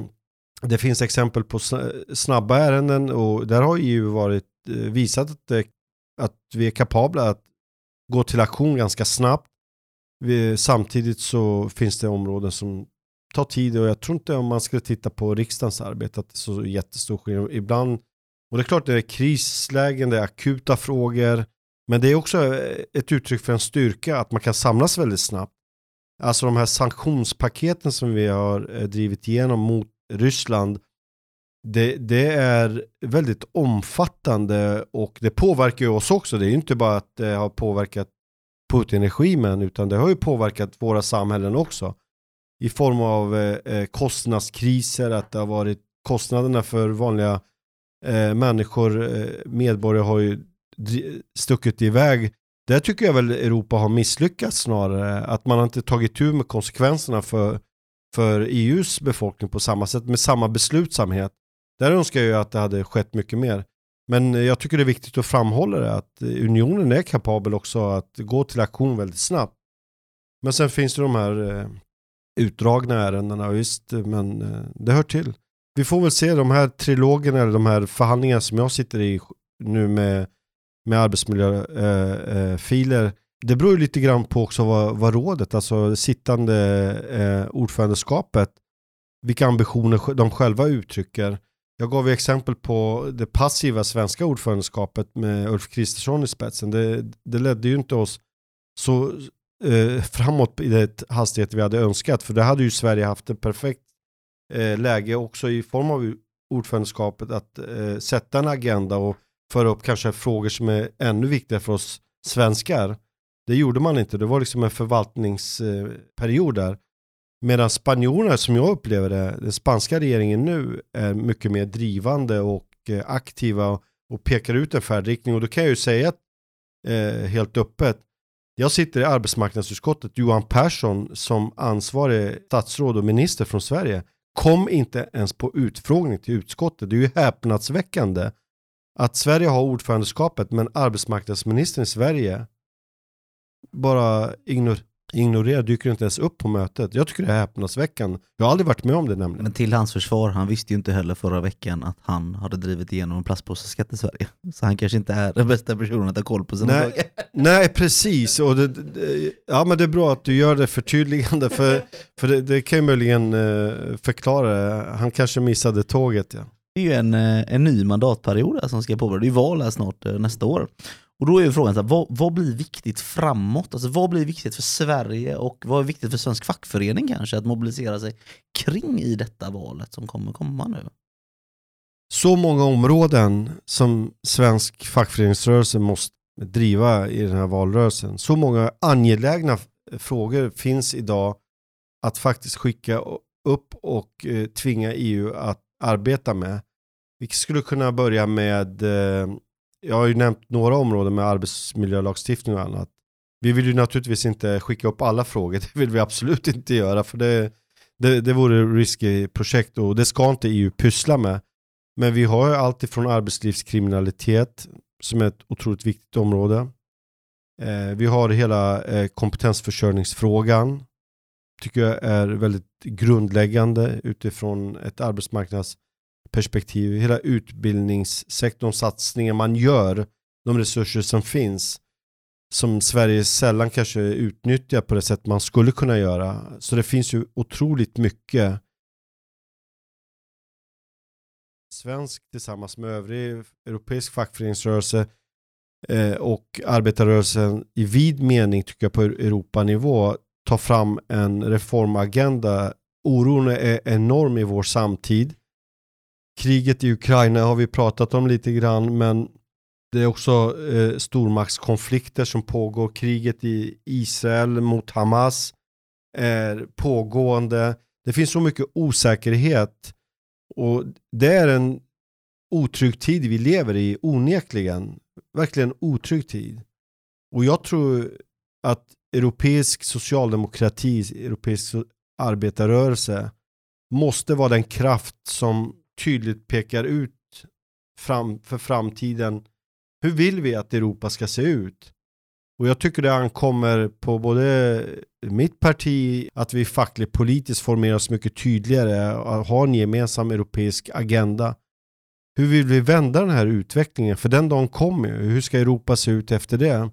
det finns exempel på snabba ärenden, och där har EU visat att vi är kapabla att gå till aktion ganska snabbt. Samtidigt så finns det områden som tar tid, och jag tror inte, om man skulle titta på riksdagens arbete, att det är så jättestor skillnad ibland. Och det är klart, det är krislägen, det är akuta frågor, men det är också ett uttryck för en styrka att man kan samlas väldigt snabbt. Alltså de här sanktionspaketen som vi har drivit igenom mot Ryssland, det är väldigt omfattande, och det påverkar ju oss också. Det är ju inte bara att det har påverkat Putin-regimen, utan det har ju påverkat våra samhällen också. I form av kostnadskriser, att det har varit kostnaderna för vanliga människor, medborgare har ju stuckit iväg. Där tycker jag väl Europa har misslyckats snarare. Att man inte tagit tur med konsekvenserna för EUs befolkning på samma sätt, med samma beslutsamhet. Där önskar jag ju att det hade skett mycket mer. Men jag tycker det är viktigt att framhålla det, att unionen är kapabel också att gå till aktion väldigt snabbt. Men sen finns det de här utdragna ärendena, visst, men det hör till. Vi får väl se de här trilogerna, eller de här förhandlingarna som jag sitter i nu med arbetsmiljöfiler. Det beror ju lite grann på också vad rådet, alltså sittande ordförandeskapet, vilka ambitioner de själva uttrycker. Jag gav ju exempel på det passiva svenska ordförandeskapet med Ulf Kristersson i spetsen. Det ledde ju inte oss så framåt i det hastighet vi hade önskat, för det hade ju Sverige haft ett perfekt läge också i form av ordförandeskapet att sätta en agenda och föra upp kanske frågor som är ännu viktigare för oss svenskar. Det gjorde man inte. Det var liksom en förvaltningsperiod där. Medan spanjorerna, som jag upplever det, den spanska regeringen nu är mycket mer drivande och aktiva och pekar ut en färdriktning. Och då kan jag ju säga helt öppet, jag sitter i arbetsmarknadsutskottet, Johan Persson som ansvarig statsråd och minister från Sverige kom inte ens på utfrågning till utskottet. Det är ju häpnadsväckande att Sverige har ordförandeskapet men arbetsmarknadsministern i Sverige bara ignorerar, dyker inte ens upp på mötet. Jag tycker det är häpnadsväckande. Jag har aldrig varit med om det nämligen. Men till hans försvar, han visste ju inte heller förra veckan att han hade drivit igenom en plastpåseskatt i Sverige. Så han kanske inte är den bästa personen att ha koll på sina frågor. Nej, precis. Och ja, men det är bra att du gör det förtydligande för det kan ju möjligen förklara. Han kanske missade tåget. Ja. Det är ju en ny mandatperiod här som ska påbörja. Det är ju val här snart nästa år. Och då är ju frågan så här, vad blir viktigt framåt? Alltså vad blir viktigt för Sverige och vad är viktigt för svensk fackförening kanske att mobilisera sig kring i detta valet som kommer komma nu? Så många områden som svensk fackföreningsrörelse måste driva i den här valrörelsen. Så många angelägna frågor finns idag att faktiskt skicka upp och tvinga EU att arbeta med. Vi skulle kunna börja med, jag har ju nämnt några områden med arbetsmiljölagstiftning och annat. Vi vill ju naturligtvis inte skicka upp alla frågor, det vill vi absolut inte göra för det vore risky projekt och det ska inte EU pyssla med. Men vi har ju allt ifrån arbetslivskriminalitet som är ett otroligt viktigt område. Vi har hela kompetensförsörjningsfrågan. Tycker jag är väldigt grundläggande utifrån ett arbetsmarknadsperspektiv. Hela utbildningssektorn, satsningar man gör, de resurser som finns som Sverige sällan kanske utnyttjar på det sätt man skulle kunna göra. Så det finns ju otroligt mycket. Svensk tillsammans med övrig europeisk fackföreningsrörelse och arbetarrörelsen i vid mening tycker jag på Europanivå ta fram en reformagenda. Oron är enorm i vår samtid. Kriget i Ukraina har vi pratat om lite grann, men det är också stormaktskonflikter som pågår. Kriget i Israel mot Hamas är pågående. Det finns så mycket osäkerhet och det är en otrygg tid vi lever i, onekligen. Verkligen otrygg tid. Och jag tror att europeisk socialdemokrati, europeisk arbetarrörelse måste vara den kraft som tydligt pekar ut för framtiden. Hur vill vi att Europa ska se ut? Och jag tycker det ankommer på både mitt parti att vi fackligt politiskt formerar oss mycket tydligare och har en gemensam europeisk agenda. Hur vill vi vända den här utvecklingen? För den dagen kommer ju. Hur ska Europa se ut efter det?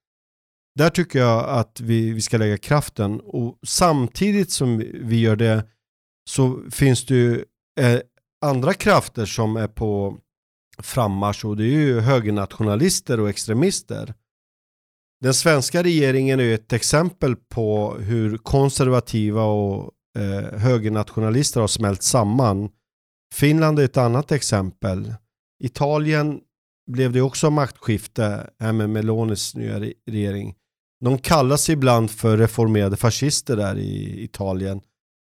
Där tycker jag att vi ska lägga kraften. Och samtidigt som vi gör det så finns det ju andra krafter som är på frammarsch och det är ju högernationalister och extremister. Den svenska regeringen är ett exempel på hur konservativa och högernationalister har smält samman. Finland är ett annat exempel. Italien blev det också maktskifte här med Melonis nya regering. De kallas ibland för reformerade fascister där i Italien.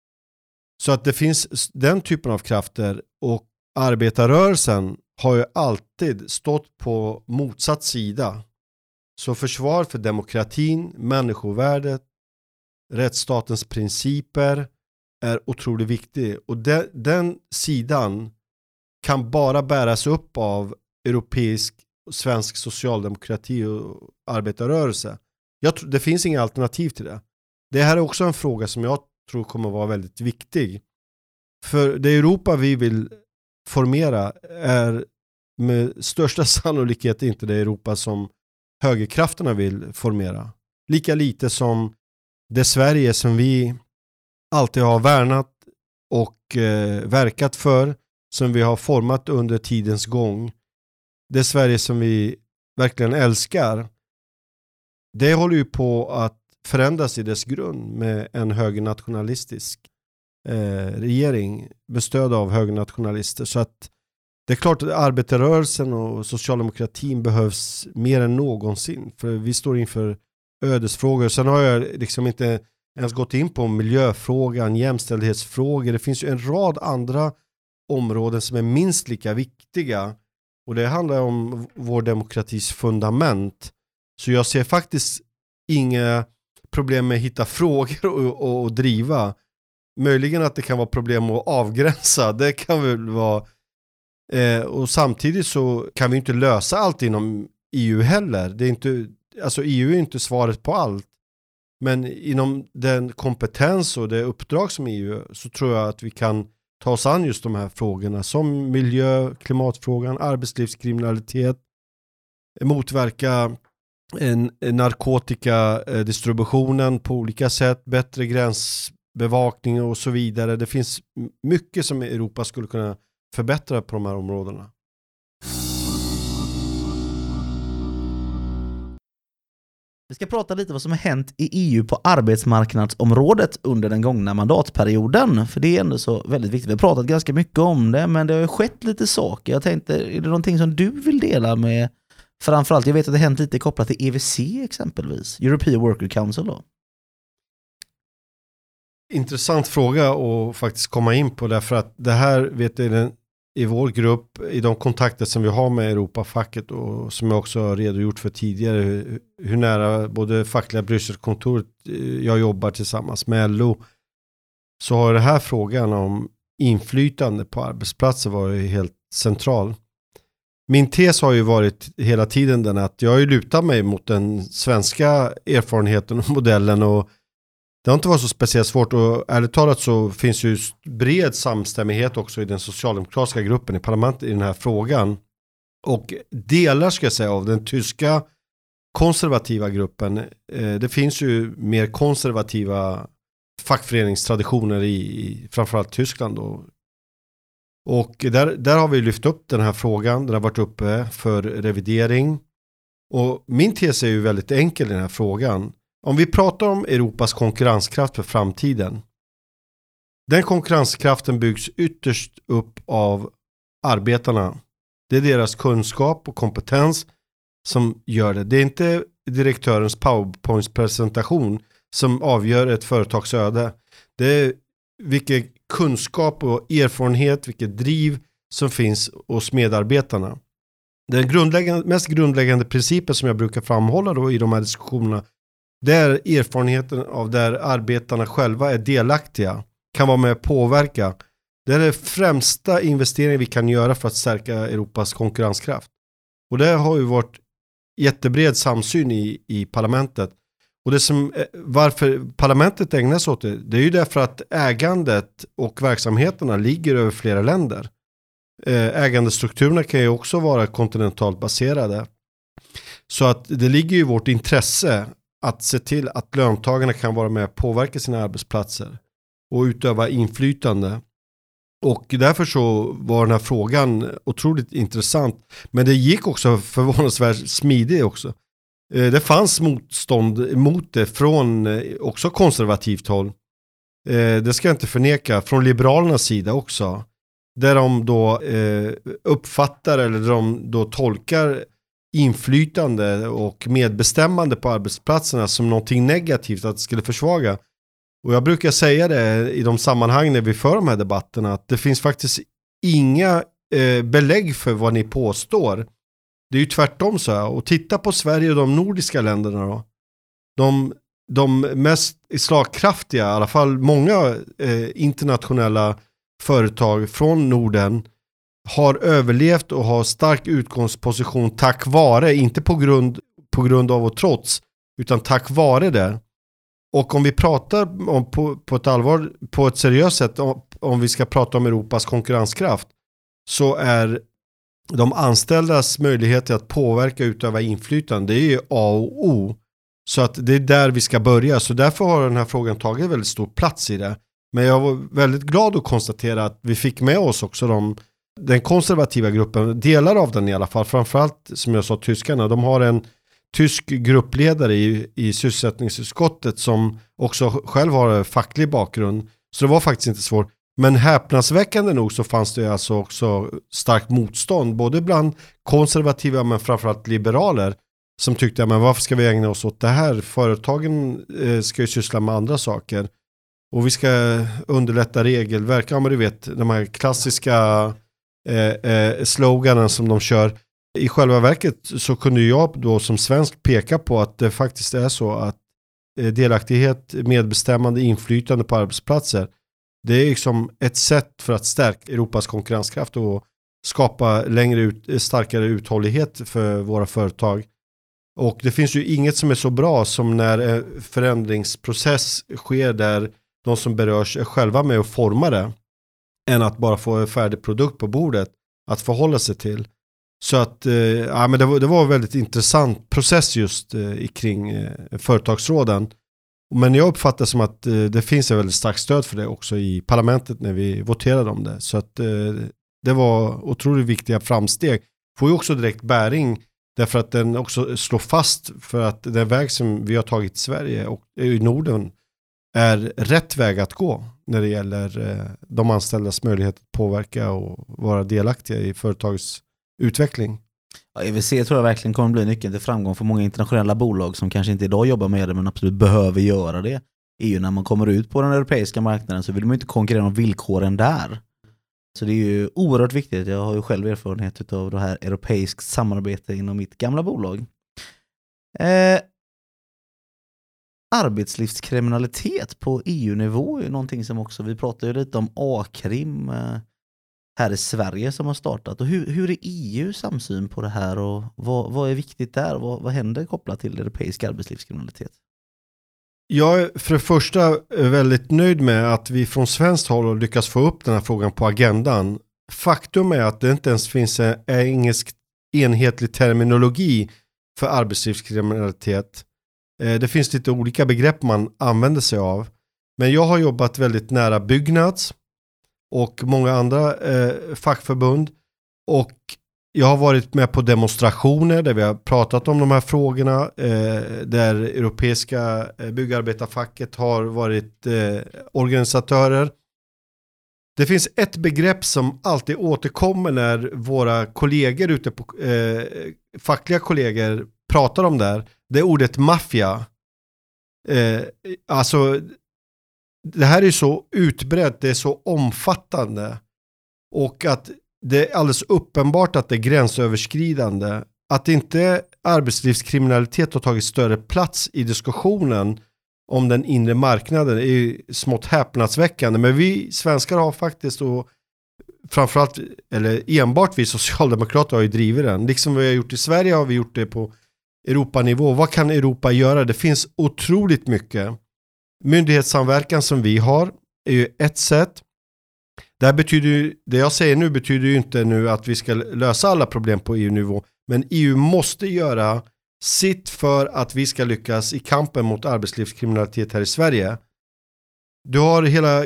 Så att det finns den typen av krafter och arbetarrörelsen har ju alltid stått på motsatt sida. Så försvar för demokratin, människovärdet, rättsstatens principer är otroligt viktig. Och den sidan kan bara bäras upp av europeisk och svensk socialdemokrati och arbetarrörelse. Det finns inga alternativ till det. Det här är också en fråga som jag tror kommer vara väldigt viktig. För det Europa vi vill formera är med största sannolikhet inte det Europa som högerkrafterna vill formera. Lika lite som det Sverige som vi alltid har värnat och verkat för, som vi har format under tidens gång. Det Sverige som vi verkligen älskar, det håller ju på att förändras i dess grund med en högernationalistisk regering med stöd av högernationalister. Så att det är klart att arbetarrörelsen och socialdemokratin behövs mer än någonsin. För vi står inför ödesfrågor. Sen har jag liksom inte ens gått in på miljöfrågan, jämställdhetsfrågor. Det finns ju en rad andra områden som är minst lika viktiga Och det handlar om vår demokratis fundament. Så jag ser faktiskt inga problem med att hitta frågor och driva. Möjligen att det kan vara problem att avgränsa. Det kan väl vara. Och samtidigt så kan vi inte lösa allt inom EU heller. Det är inte, alltså EU är inte svaret på allt. Men inom den kompetens och det uppdrag som EU, så tror jag att vi kan ta oss an just de här frågorna som miljö, klimatfrågan, arbetslivskriminalitet, motverka narkotikadistributionen på olika sätt, bättre gränsbevakning och så vidare. Det finns mycket som Europa skulle kunna förbättra på de här områdena. Vi ska prata lite vad som har hänt i EU på arbetsmarknadsområdet under den gångna mandatperioden. För det är ändå så väldigt viktigt. Vi har pratat ganska mycket om det, men det har ju skett lite saker. Jag tänkte, är det någonting som du vill dela med? Framförallt, jag vet att det har hänt lite kopplat till EWC exempelvis. European Worker Council då. Intressant fråga att faktiskt komma in på, därför att det här vet jag i vår grupp, i de kontakter som vi har med Europafacket och som jag också har redogjort för tidigare, hur nära både fackliga Brysselkontoret jag jobbar tillsammans med LO, så har den här frågan om inflytande på arbetsplatser varit helt central. Min tes har ju varit hela tiden den att jag har ju lutat mig mot den svenska erfarenheten och modellen, och det har inte varit så speciellt svårt, och ärligt talat så finns ju bred samstämmighet också i den socialdemokratiska gruppen i parlamentet i den här frågan. Och delar, ska jag säga, av den tyska konservativa gruppen. Det finns ju mer konservativa fackföreningstraditioner i framförallt Tyskland då. Och där har vi lyft upp den här frågan. Den har varit uppe för revidering. Och min tes är ju väldigt enkel i den här frågan. Om vi pratar om Europas konkurrenskraft för framtiden. Den konkurrenskraften byggs ytterst upp av arbetarna. Det är deras kunskap och kompetens som gör det. Det är inte direktörens PowerPoint-presentation som avgör ett företags öde. Det är vilken kunskap och erfarenhet, vilket driv som finns hos medarbetarna. Den mest grundläggande principen som jag brukar framhålla då i de här diskussionerna, det är erfarenheten av där arbetarna själva är delaktiga, kan vara med och påverka. Det är det främsta investeringen vi kan göra för att stärka Europas konkurrenskraft. Och det har ju varit jättebred samsyn i parlamentet. Och det som, varför parlamentet ägnar sig åt det är ju därför att ägandet och verksamheterna ligger över flera länder. Ägandestrukturerna kan ju också vara kontinentalt baserade. Så att det ligger ju i vårt intresse att se till att löntagarna kan vara med och påverka sina arbetsplatser och utöva inflytande. Och därför så var den här frågan otroligt intressant. Men det gick också förvånansvärt smidigt också. Det fanns motstånd mot det från också konservativt håll. Det ska jag inte förneka. Från Liberalernas sida också. Där de då uppfattar eller de då tolkar inflytande och medbestämmande på arbetsplatserna som någonting negativt, att det skulle försvaga. Och jag brukar säga det i de sammanhang när vi för de här debatterna, att det finns faktiskt inga belägg för vad ni påstår. Det är ju tvärtom så här. Och titta på Sverige och de nordiska länderna då. De mest slagkraftiga, i alla fall många internationella företag från Norden har överlevt och har stark utgångsposition tack vare, inte på grund av och trots, utan tack vare det. Och om vi pratar om på ett seriöst sätt, om vi ska prata om Europas konkurrenskraft, så är de anställdas möjligheter att påverka och utöva inflytande, det är ju A och O. Så att det är där vi ska börja. Så därför har den här frågan tagit väldigt stor plats i det. Men jag var väldigt glad att konstatera att vi fick med oss också den konservativa gruppen, delar av den i alla fall, framförallt som jag sa tyskarna. De har en tysk gruppledare i sysselsättningsutskottet som också själv har facklig bakgrund. Så det var faktiskt inte svårt. Men häpnadsväckande nog så fanns det alltså också starkt motstånd, både bland konservativa men framförallt liberaler, som tyckte, men varför ska vi ägna oss åt det här? Företagen ska ju syssla med andra saker. Och vi ska underlätta regelverk. Ja, men du vet, de här klassiska sloganen som de kör. I själva verket så kunde jag då som svensk peka på att det faktiskt är så att delaktighet, medbestämmande, inflytande på arbetsplatser, det är liksom ett sätt för att stärka Europas konkurrenskraft och skapa starkare uthållighet för våra företag. Och det finns ju inget som är så bra som när en förändringsprocess sker där de som berörs är själva med och formar det, än att bara få en färdig produkt på bordet att förhålla sig till. Så att men det var en väldigt intressant process just kring företagsråden. Men jag uppfattar som att det finns en väldigt starkt stöd för det också i parlamentet när vi voterade om det. Så att det var otroligt viktiga framsteg. Får ju också direkt bäring därför att den också slår fast för att den väg som vi har tagit i Sverige och i Norden är rätt väg att gå när det gäller de anställdas möjlighet att påverka och vara delaktiga i företagets utveckling. Ja, EVC tror jag verkligen kommer bli nyckeln till framgång för många internationella bolag som kanske inte idag jobbar med det men absolut behöver göra det. EU när man kommer ut på den europeiska marknaden så vill man inte konkurrera om villkoren där. Så det är ju oerhört viktigt. Jag har ju själv erfarenhet av det här europeiskt samarbete inom mitt gamla bolag. Arbetslivskriminalitet på EU-nivå är någonting som också, vi pratar ju lite om A-krim här i Sverige som har startat. Och hur är EU samsyn på det här och vad är viktigt där? Vad händer kopplat till europeisk arbetslivskriminalitet? Jag är för det första väldigt nöjd med att vi från svenskt håll lyckas få upp den här frågan på agendan. Faktum är att det inte ens finns en engelsk enhetlig terminologi för arbetslivskriminalitet. Det finns lite olika begrepp man använder sig av. Men jag har jobbat väldigt nära Byggnads och många andra fackförbund. Och jag har varit med på demonstrationer där vi har pratat om de här frågorna. Där europeiska byggarbetarfacket har varit organisatörer. Det finns ett begrepp som alltid återkommer när våra kollegor ute på fackliga kollegor pratar om det här. Det är ordet maffia. Alltså det här är så utbrett, det är så omfattande och att det är alldeles uppenbart att det är gränsöverskridande. Att inte arbetslivskriminalitet har tagit större plats i diskussionen om den inre marknaden är ju smått häpnadsväckande. Men vi svenskar har faktiskt och framförallt, eller enbart vi socialdemokrater har ju drivit den. Liksom vi har gjort i Sverige har vi gjort det på Europanivå. Vad kan Europa göra? Det finns otroligt mycket. Myndighetssamverkan som vi har är ju ett sätt. Det jag säger nu betyder ju inte nu att vi ska lösa alla problem på EU-nivå. Men EU måste göra sitt för att vi ska lyckas i kampen mot arbetslivskriminalitet här i Sverige. Du har hela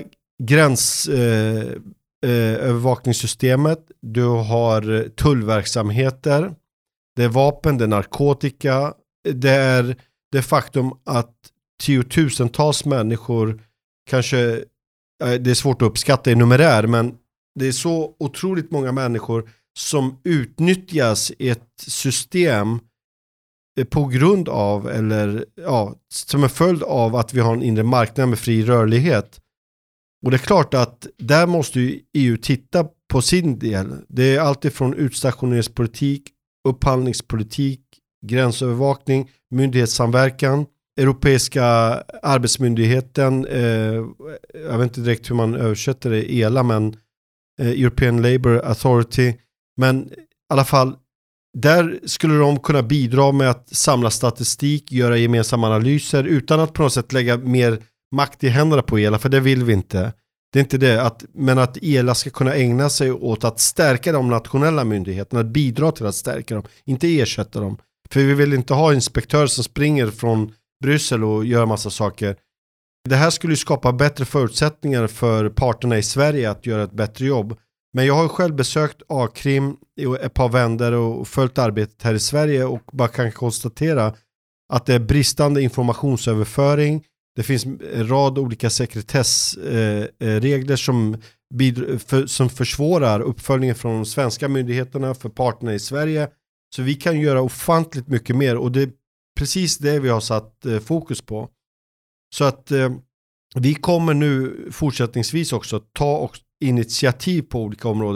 gränsövervakningssystemet. Du har tullverksamheter. Det är vapen, det är narkotika. Det är det faktum att tiotusentals människor, kanske det är svårt att uppskatta i numerär, men det är så otroligt många människor som utnyttjas i ett system på grund av eller som en följd av att vi har en inre marknad med fri rörlighet. Och det är klart att där måste ju EU titta på sin del. Det är alltid från utstationeringspolitik, upphandlingspolitik, gränsövervakning, myndighetssamverkan, Europeiska arbetsmyndigheten, jag vet inte direkt hur man översätter det, ELA, men European Labour Authority. Men i alla fall, där skulle de kunna bidra med att samla statistik, göra gemensamma analyser utan att på något sätt lägga mer makt i händerna på ELA, för det vill vi inte. Det är inte det, men att ELA ska kunna ägna sig åt att stärka de nationella myndigheterna, att bidra till att stärka dem, inte ersätta dem. För vi vill inte ha inspektörer som springer från Bryssel och gör massa saker. Det här skulle skapa bättre förutsättningar för parterna i Sverige att göra ett bättre jobb. Men jag har själv besökt A-krim i ett par vändor och följt arbetet här i Sverige och bara kan konstatera att det är bristande informationsöverföring. Det finns en rad olika sekretessregler som försvårar uppföljningen från de svenska myndigheterna för parterna i Sverige. Så vi kan göra ofantligt mycket mer och det är precis det vi har satt fokus på. Så att vi kommer nu fortsättningsvis också ta initiativ på olika områden.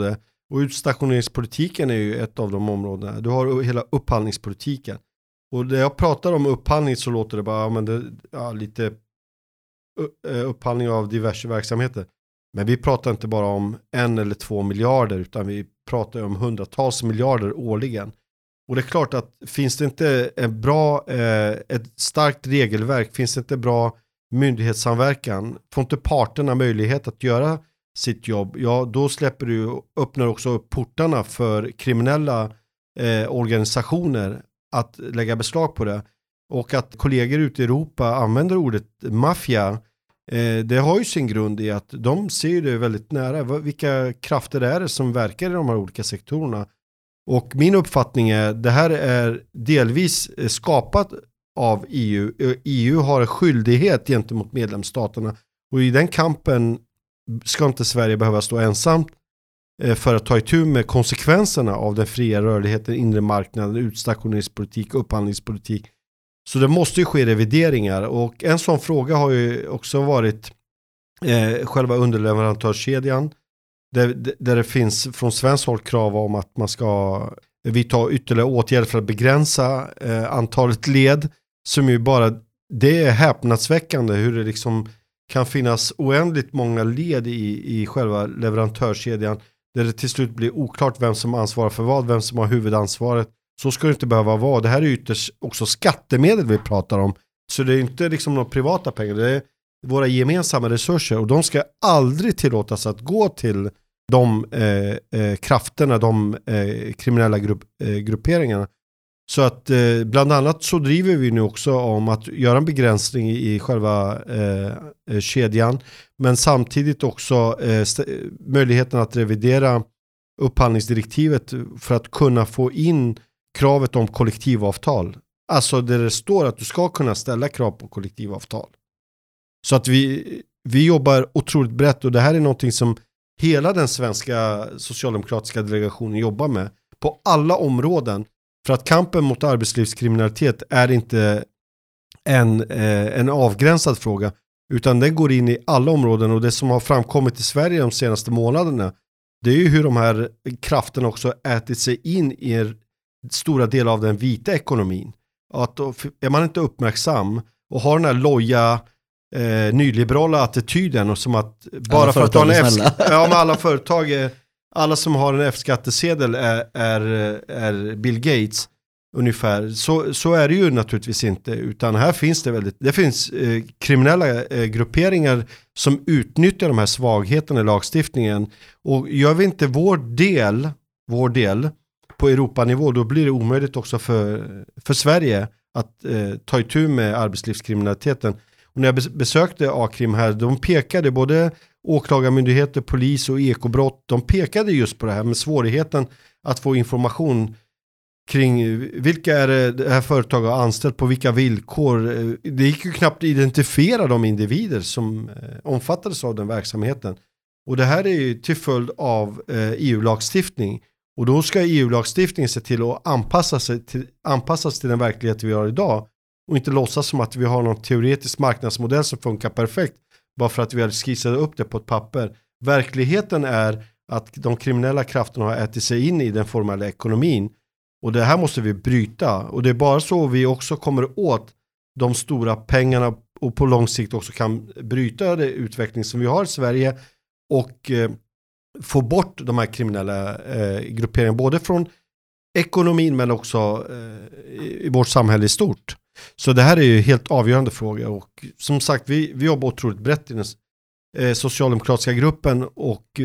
Och utstationeringspolitiken är ju ett av de områdena. Du har hela upphandlingspolitiken. Och när jag pratar om upphandling så låter det bara lite upphandling av diverse verksamheter. Men vi pratar inte bara om 1 eller 2 miljarder utan vi pratar om hundratals miljarder årligen. Och det är klart att finns det inte ett starkt regelverk, finns det inte bra myndighetssamverkan, får inte parterna möjlighet att göra sitt jobb, ja då öppnar också upp portarna för kriminella organisationer att lägga beslag på det. Och att kollegor ute i Europa använder ordet maffia, det har ju sin grund i att de ser det väldigt nära. Vilka krafter är det som verkar i de här olika sektorerna? Och min uppfattning är det här är delvis skapat av EU. EU har en skyldighet gentemot medlemsstaterna. Och i den kampen ska inte Sverige behöva stå ensamt för att ta itu med konsekvenserna av den fria rörligheten, inre marknaden, utstationeringspolitik, upphandlingspolitik. Så det måste ju ske revideringar. Och en sån fråga har ju också varit själva underleverantörskedjan. Där det finns från svensk håll krav om att man ska vidta ytterligare åtgärder för att begränsa antalet led. Som ju bara, det är häpnadsväckande hur det liksom kan finnas oändligt många led i själva leverantörskedjan. Där det till slut blir oklart vem som ansvarar för vad, vem som har huvudansvaret. Så ska det inte behöva vara. Det här är ytterst också skattemedel vi pratar om. Så det är inte liksom några privata pengar. Det är våra gemensamma resurser. Och de ska aldrig tillåtas att gå till de krafterna, de kriminella grupperingarna. Så att bland annat så driver vi nu också om att göra en begränsning i själva kedjan. Men samtidigt också möjligheten att revidera upphandlingsdirektivet för att kunna få in kravet om kollektivavtal. Alltså där det står att du ska kunna ställa krav på kollektivavtal. Så att vi jobbar otroligt brett och det här är någonting som hela den svenska socialdemokratiska delegationen jobbar med på alla områden. För att kampen mot arbetslivskriminalitet är inte en avgränsad fråga utan den går in i alla områden och det som har framkommit i Sverige de senaste månaderna det är ju hur de här krafterna också ätit sig in i stora delar av den vita ekonomin. Att då, är man inte uppmärksam och har den här loja nyliberala attityden och som att bara för att ha en alla företag alla som har en F-skattesedel är Bill Gates ungefär. Så är det ju naturligtvis inte utan här finns det finns kriminella grupperingar som utnyttjar de här svagheterna i lagstiftningen och gör vi inte vår del på Europanivå då blir det omöjligt också för Sverige att ta itu med arbetslivskriminaliteten. Och när jag besökte A-krim här, de pekade både åklagarmyndigheter, polis och ekobrott, de pekade just på det här med svårigheten att få information kring vilka är det här företaget har anställt på vilka villkor. Det gick ju knappt att identifiera de individer som omfattades av den verksamheten. Och det här är ju till följd av EU-lagstiftning. Och då ska EU-lagstiftningen se till att anpassas till den verklighet vi har idag. Och inte låtsas som att vi har någon teoretisk marknadsmodell som funkar perfekt. Bara för att vi har skissat upp det på ett papper. Verkligheten är att de kriminella krafterna har ätit sig in i den formella ekonomin. Och det här måste vi bryta. Och det är bara så vi också kommer åt de stora pengarna. Och på lång sikt också kan bryta det utveckling som vi har i Sverige. Och få bort de här kriminella grupperingarna. Både från ekonomin men också i vårt samhälle i stort. Så det här är ju helt avgörande fråga och som sagt vi jobbar otroligt brett i den socialdemokratiska gruppen och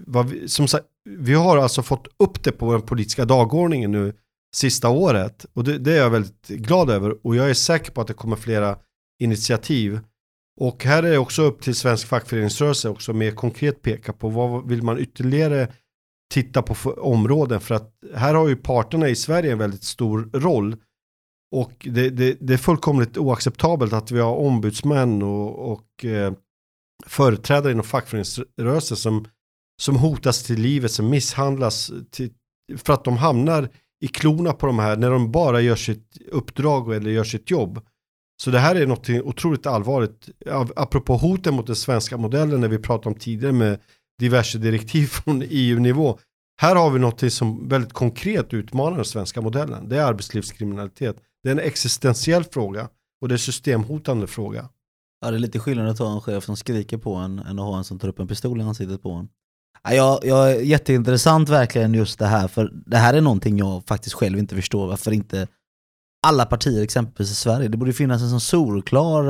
vi har alltså fått upp det på den politiska dagordningen nu sista året och det är jag väldigt glad över och jag är säker på att det kommer flera initiativ och här är det också upp till svensk fackföreningsrörelse också mer konkret peka på vad vill man ytterligare titta på för områden för att här har ju parterna i Sverige en väldigt stor roll. Och det är fullkomligt oacceptabelt att vi har ombudsmän och företrädare inom fackföreningsrörelsen som hotas till livet, som misshandlas för att de hamnar i klorna på de här när de bara gör sitt uppdrag eller gör sitt jobb. Så det här är något otroligt allvarligt. Apropå hoten mot den svenska modellen när vi pratade om tidigare med diverse direktiv från EU-nivå. Här har vi något som väldigt konkret utmanar den svenska modellen. Det är arbetslivskriminalitet. Det är en existentiell fråga och det är en systemhotande fråga. Ja, det är lite skillnad att ha en chef som skriker på en än att ha en som tar upp en pistol i ansiktet på en. Ja, jag är jätteintressant verkligen just det här, för det här är någonting jag faktiskt själv inte förstår. Varför inte alla partier exempelvis i Sverige, det borde finnas en sån solklar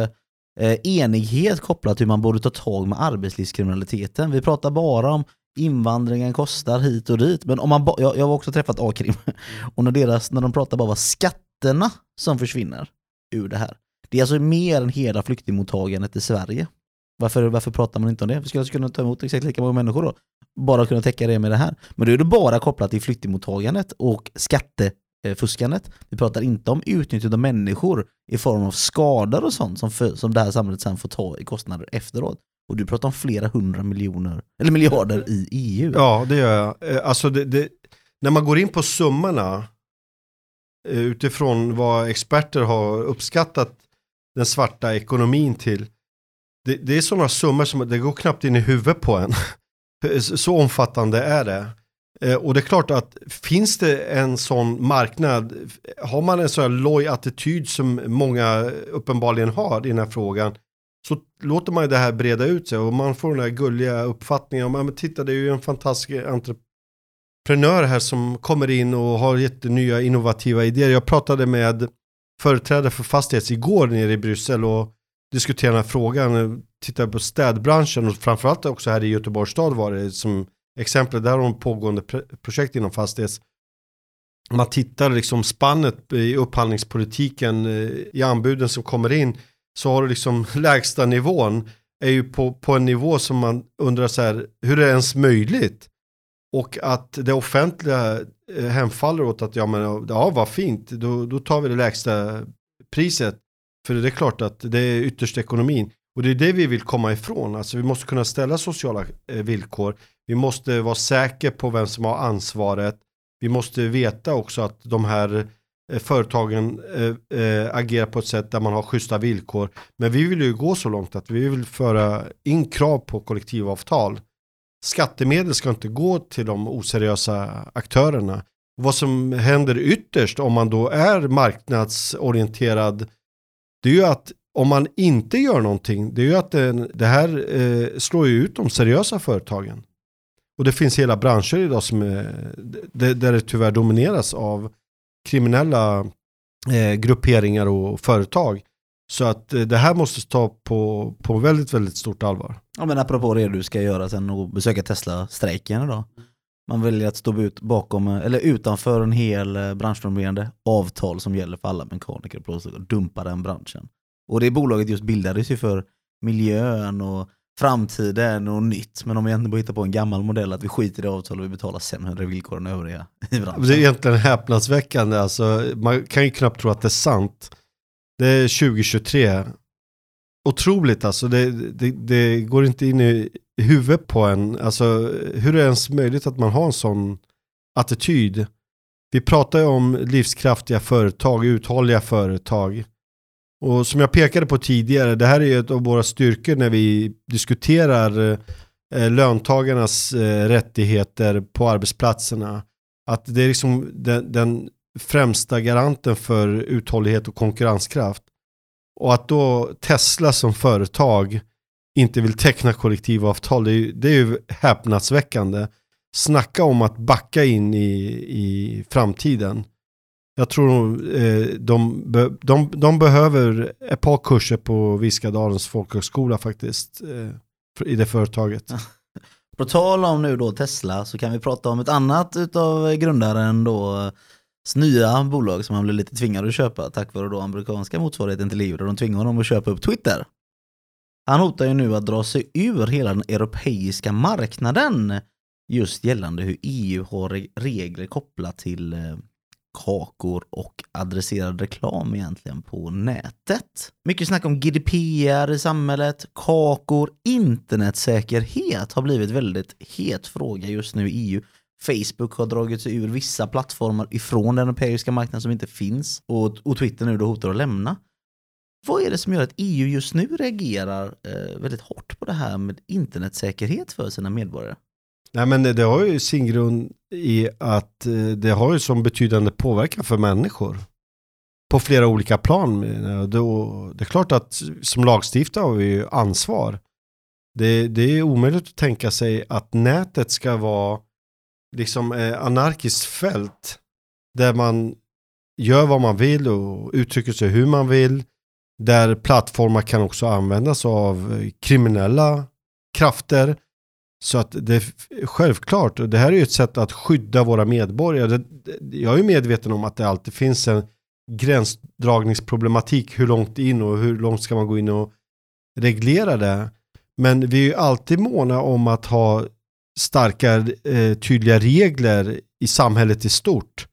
enighet kopplat till hur man borde ta tag med arbetslivskriminaliteten. Vi pratar bara om invandringen kostar hit och dit, men om man jag har också träffat A-krim och när de pratar bara vad skatterna som försvinner ur det här. Det är alltså mer än hela flyktingmottagandet i Sverige. Varför pratar man inte om det? Vi skulle kunna ta emot exakt lika många människor då. Bara kunna täcka det med det här. Men då är det bara kopplat till flyktingmottagandet och skattefuskandet. Vi pratar inte om utnyttjande av människor i form av skador och sånt som det här samhället sen får ta i kostnader efteråt. Och du pratar om flera 100 miljoner eller miljarder i EU. Ja, det gör jag. Alltså när man går in på summorna utifrån vad experter har uppskattat den svarta ekonomin till. Det är sådana summor som det går knappt in i huvudet på en. Så omfattande är det. Och det är klart att finns det en sån marknad, har man en sån här loj attityd som många uppenbarligen har i den här frågan, så låter man det här breda ut sig och man får den här gulliga uppfattningen om, men titta, det är ju en fantastisk entreprenör här som kommer in och har jättenya innovativa idéer. Jag pratade med företrädare för Fastighets igår nere i Bryssel och diskuterade den här frågan, tittade på städbranschen och framförallt också här i Göteborgs stad var det som exempel, där har de pågående projekt inom Fastighets. Man tittar liksom spannet i upphandlingspolitiken i anbuden som kommer in, så har du liksom lägsta nivån är ju på en nivå som man undrar så här, hur är det ens möjligt? Och att det offentliga hemfaller åt att vad fint, då tar vi det lägsta priset. För det är klart att det är ytterst ekonomin. Och det är det vi vill komma ifrån. Alltså vi måste kunna ställa sociala villkor. Vi måste vara säkra på vem som har ansvaret. Vi måste veta också att de här företagen agerar på ett sätt där man har schyssta villkor. Men vi vill ju gå så långt att vi vill föra in krav på kollektivavtal. Skattemedel ska inte gå till de oseriösa aktörerna. Vad som händer ytterst om man då är marknadsorienterad, det är ju att om man inte gör någonting, det är ju att det här slår ju ut de seriösa företagen. Och det finns hela branscher idag som där det tyvärr domineras av kriminella grupperingar och företag. Så att det här måste ta på väldigt, väldigt stort allvar. Ja, men apropå det du ska göra sen och besöka Tesla-strejken idag. Man väljer att stå bakom eller utanför en hel branschnormerande avtal som gäller för alla mekaniker och dumpa den branschen. Och det bolaget just bildades ju för miljön och framtiden och nytt. Men om vi ändå hittar på en gammal modell att vi skiter i avtal och vi betalar sämre villkor än övriga i branschen. Det är egentligen häpnadsväckande. Alltså, man kan ju knappt tro att det är sant. Det är 2023. Otroligt alltså. Det går inte in i huvudet på en. Alltså, hur är det ens möjligt att man har en sån attityd? Vi pratar ju om livskraftiga företag, uthålliga företag. Och som jag pekade på tidigare, det här är ju ett av våra styrkor när vi diskuterar löntagarnas rättigheter på arbetsplatserna. Att det är liksom den främsta garanten för uthållighet och konkurrenskraft. Och att då Tesla som företag inte vill teckna kollektivavtal, det är ju häpnadsväckande. Snacka om att backa in i framtiden. Jag tror de behöver ett par kurser på Viskadalens folkhögskola faktiskt i det företaget. På tal om nu då Tesla så kan vi prata om ett annat utav grundaren då nya bolag som han blev lite tvingad att köpa tack vare då amerikanska motsvarigheten till Livro. De tvingar honom att köpa upp Twitter. Han hotar ju nu att dra sig ur hela den europeiska marknaden just gällande hur EU har regler kopplat till kakor och adresserad reklam egentligen på nätet. Mycket snack om GDPR i samhället, kakor, internetsäkerhet har blivit väldigt het fråga just nu i EU. Facebook har dragit sig ur vissa plattformar ifrån den europeiska marknaden som inte finns och Twitter nu då hotar att lämna. Vad är det som gör att EU just nu reagerar väldigt hårt på det här med internetsäkerhet för sina medborgare? Nej, men det har ju sin grund i att det har ju som betydande påverkan för människor på flera olika plan. Det är klart att som lagstiftare har vi ju ansvar. Det är omöjligt att tänka sig att nätet ska vara liksom anarkiskt fält där man gör vad man vill och uttrycker sig hur man vill. Där plattformar kan också användas av kriminella krafter. Så att det är självklart, och det här är ju ett sätt att skydda våra medborgare. Jag är medveten om att det alltid finns en gränsdragningsproblematik, hur långt in och hur långt ska man gå in och reglera det. Men vi är ju alltid måna om att ha starka, tydliga regler i samhället i stort.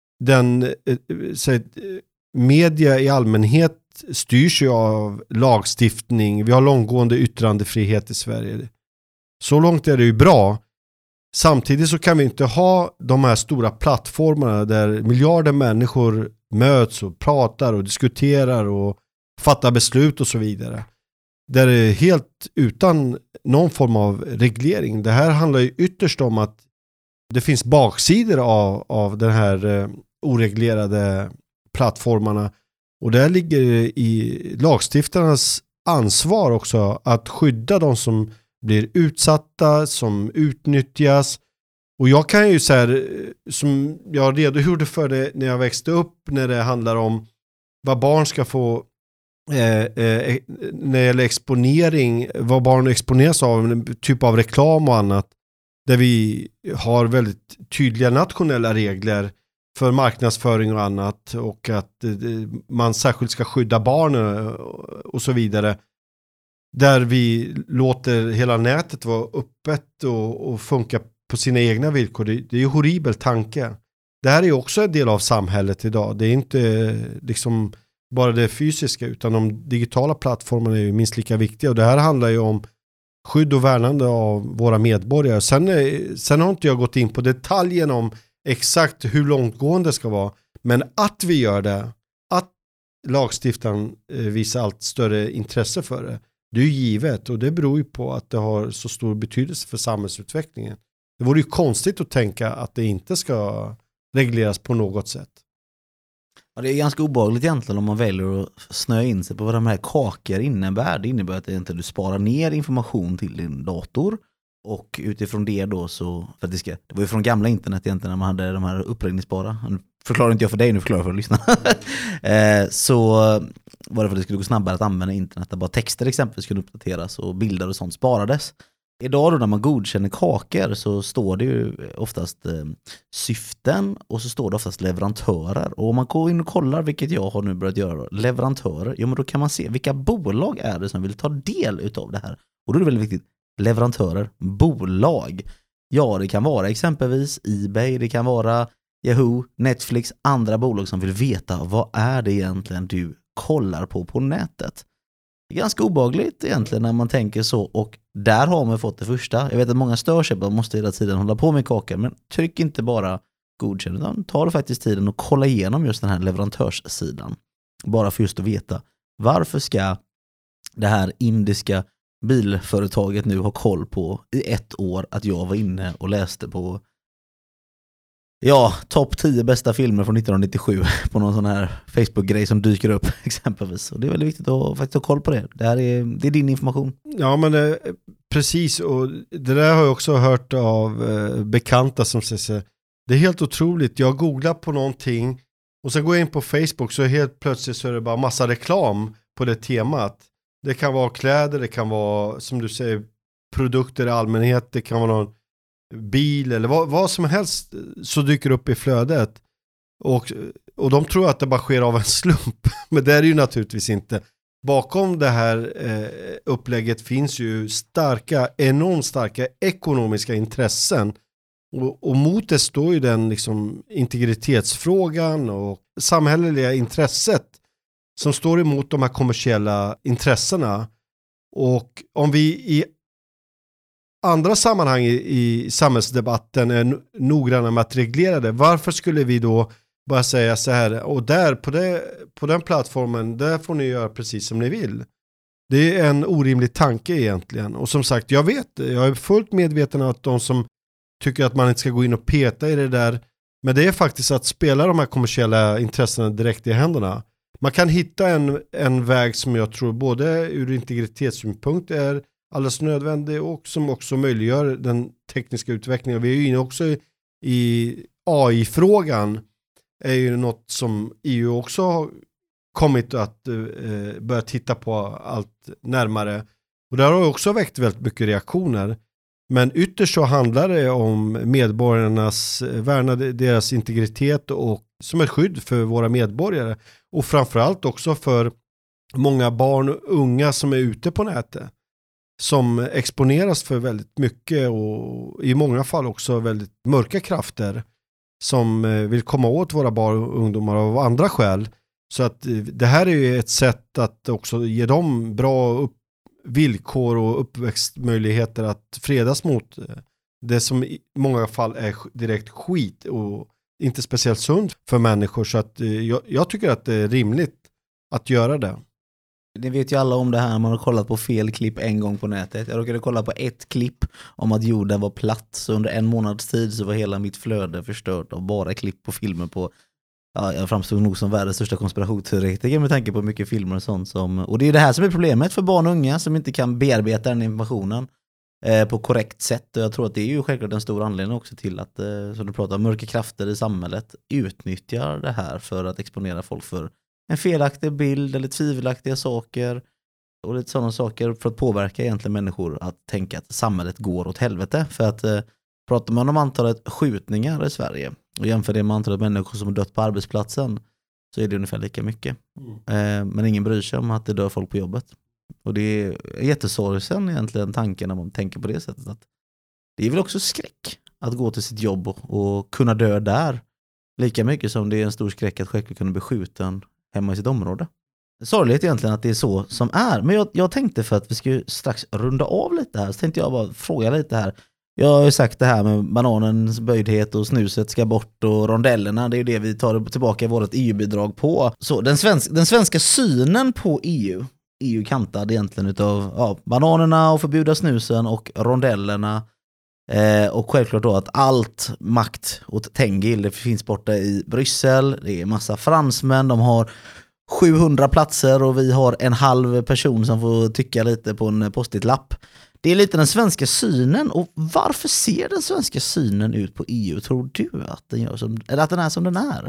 Media i allmänhet styrs ju av lagstiftning. Vi har långgående yttrandefrihet i Sverige. Så långt är det ju bra. Samtidigt så kan vi inte ha de här stora plattformarna där miljarder människor möts och pratar och diskuterar och fattar beslut och så vidare. Där det är helt utan någon form av reglering. Det här handlar ju ytterst om att det finns baksidor av den här oreglerade plattformarna. Och där ligger i lagstiftarnas ansvar också att skydda de som blir utsatta, som utnyttjas. Och jag kan ju så här, som jag redogjorde för det när jag växte upp, när det handlar om vad barn ska få när det gäller exponering, vad barn exponeras av, typ av reklam och annat, där vi har väldigt tydliga nationella regler för marknadsföring och annat, och att man särskilt ska skydda barnen och så vidare. Där vi låter hela nätet vara öppet och funka på sina egna villkor. Det är ju en horribel tanke. Det här är också en del av samhället idag. Det är inte liksom bara det fysiska, utan de digitala plattformarna är ju minst lika viktiga. Och det här handlar ju om skydd och värnande av våra medborgare. Sen har inte jag gått in på detaljen om exakt hur långtgående det ska vara. Men att vi gör det, att lagstiftaren visar allt större intresse för det, det är ju givet, och det beror ju på att det har så stor betydelse för samhällsutvecklingen. Det vore ju konstigt att tänka att det inte ska regleras på något sätt. Ja, det är ganska obehagligt egentligen om man väljer att snöa in sig på vad de här kakor innebär. Det innebär att du sparar ner information till din dator, och utifrån det då så, för att det var ju från gamla internet egentligen när man hade de här uppräkningsbara. Nu förklarar inte jag för dig, nu förklarar jag för lyssnarna. Så var det för att det skulle gå snabbare att använda internet, där bara texter exempelvis skulle uppdateras och bilder och sånt sparades. Idag då när man godkänner kakor så står det ju oftast syften, och så står det oftast leverantörer. Och om man går in och kollar, vilket jag har nu börjat göra då, leverantörer, ja men då kan man se vilka bolag är det som vill ta del utav det här. Och då är det väldigt viktigt, leverantörer, bolag. Ja, det kan vara exempelvis eBay, det kan vara Yahoo, Netflix, andra bolag som vill veta vad är det egentligen du kollar på nätet. Det är ganska obehagligt egentligen när man tänker så, och där har man fått det första. Jag vet att många stör sig, man måste hela tiden hålla på med kakor, men tryck inte bara godkänn, utan ta det faktiskt tiden och kolla igenom just den här leverantörssidan. Bara för just att veta, varför ska det här indiska bilföretaget nu ha koll på i 1 år att jag var inne och läste på topp 10 bästa filmer från 1997 på någon sån här Facebook-grej som dyker upp exempelvis. Och det är väldigt viktigt att faktiskt ha koll på det. Det är din information. Ja, men precis. Och det där har jag också hört av bekanta som säger, det är helt otroligt. Jag googlar på någonting och sen går jag in på Facebook, så helt plötsligt så är det bara massa reklam på det temat. Det kan vara kläder, det kan vara, som du säger, produkter i allmänhet, det kan vara någon bil eller vad som helst, så dyker upp i flödet. Och de tror att det bara sker av en slump. Men det är det ju naturligtvis inte. Bakom det här upplägget finns ju enormt starka ekonomiska intressen. Och mot det står ju den liksom integritetsfrågan och samhälleliga intresset som står emot de här kommersiella intressena. Och om vi i andra sammanhang i samhällsdebatten är noggranna med att reglera det, varför skulle vi då bara säga så här, och där på den plattformen, där får ni göra precis som ni vill? Det är en orimlig tanke egentligen. Och som sagt, jag är fullt medveten om att de som tycker att man inte ska gå in och peta i det där. Men det är faktiskt att spela de här kommersiella intressena direkt i händerna. Man kan hitta en väg som jag tror både ur integritetssynpunkt är alldeles nödvändig och som också möjliggör den tekniska utvecklingen. Vi är ju inne också i AI-frågan, är ju något som EU också har kommit att börja titta på allt närmare. Och där har också väckt väldigt mycket reaktioner. Men ytterst så handlar det om medborgarnas värna deras integritet och som ett skydd för våra medborgare. Och framförallt också för många barn och unga som är ute på nätet. Som exponeras för väldigt mycket och i många fall också väldigt mörka krafter. Som vill komma åt våra barn och ungdomar av andra skäl. Så att det här är ju ett sätt att också ge dem bra villkor och uppväxtmöjligheter att fredas mot det som i många fall är direkt skit och inte speciellt sunt för människor. Så att jag tycker att det är rimligt att göra det. Ni vet ju alla om det här, man har kollat på fel klipp en gång på nätet. Jag råkade kolla på ett klipp om att jorden var platt, så under en månads tid så var hela mitt flöde förstört av bara klipp på filmer på. Ja, jag framstod nog som världens största konspirationsteoretiker med tanke på mycket filmer och sånt och det är det här som är problemet för barn och unga som inte kan bearbeta den informationen på korrekt sätt. Och jag tror att det är ju självklart en stor anledning också till att, som du pratar om, mörka krafter i samhället utnyttjar det här för att exponera folk för en felaktig bild eller tvivelaktiga saker och lite sådana saker för att påverka egentligen människor att tänka att samhället går åt helvete. För att pratar man om antalet skjutningar i Sverige och jämför det med antalet människor som har dött på arbetsplatsen, så är det ungefär lika mycket. Men ingen bryr sig om att det dör folk på jobbet. Och det är jättesorgsen egentligen tanken när man tänker på det sättet. Att det är väl också skräck att gå till sitt jobb och kunna dö där. Lika mycket som det är en stor skräck att själv kunna bli skjuten hemma i sitt område. Sorgligt egentligen att det är så som är. Men jag tänkte, för att vi ska strax runda av lite här, så tänkte jag bara fråga lite här. Jag har ju sagt det här med bananens böjdhet och snuset ska bort och rondellerna, det är ju det vi tar tillbaka vårt EU-bidrag på. Så den svenska synen på EU kantad egentligen utav bananerna och förbjuda snusen och rondellerna. Och självklart då att allt makt åt Tengil, det finns borta i Bryssel, det är massa fransmän, de har 700 platser och vi har en halv person som får tycka lite på en post-it-lapp. Det är lite den svenska synen. Och varför ser den svenska synen ut på EU? Tror du att den gör eller att den är som den är?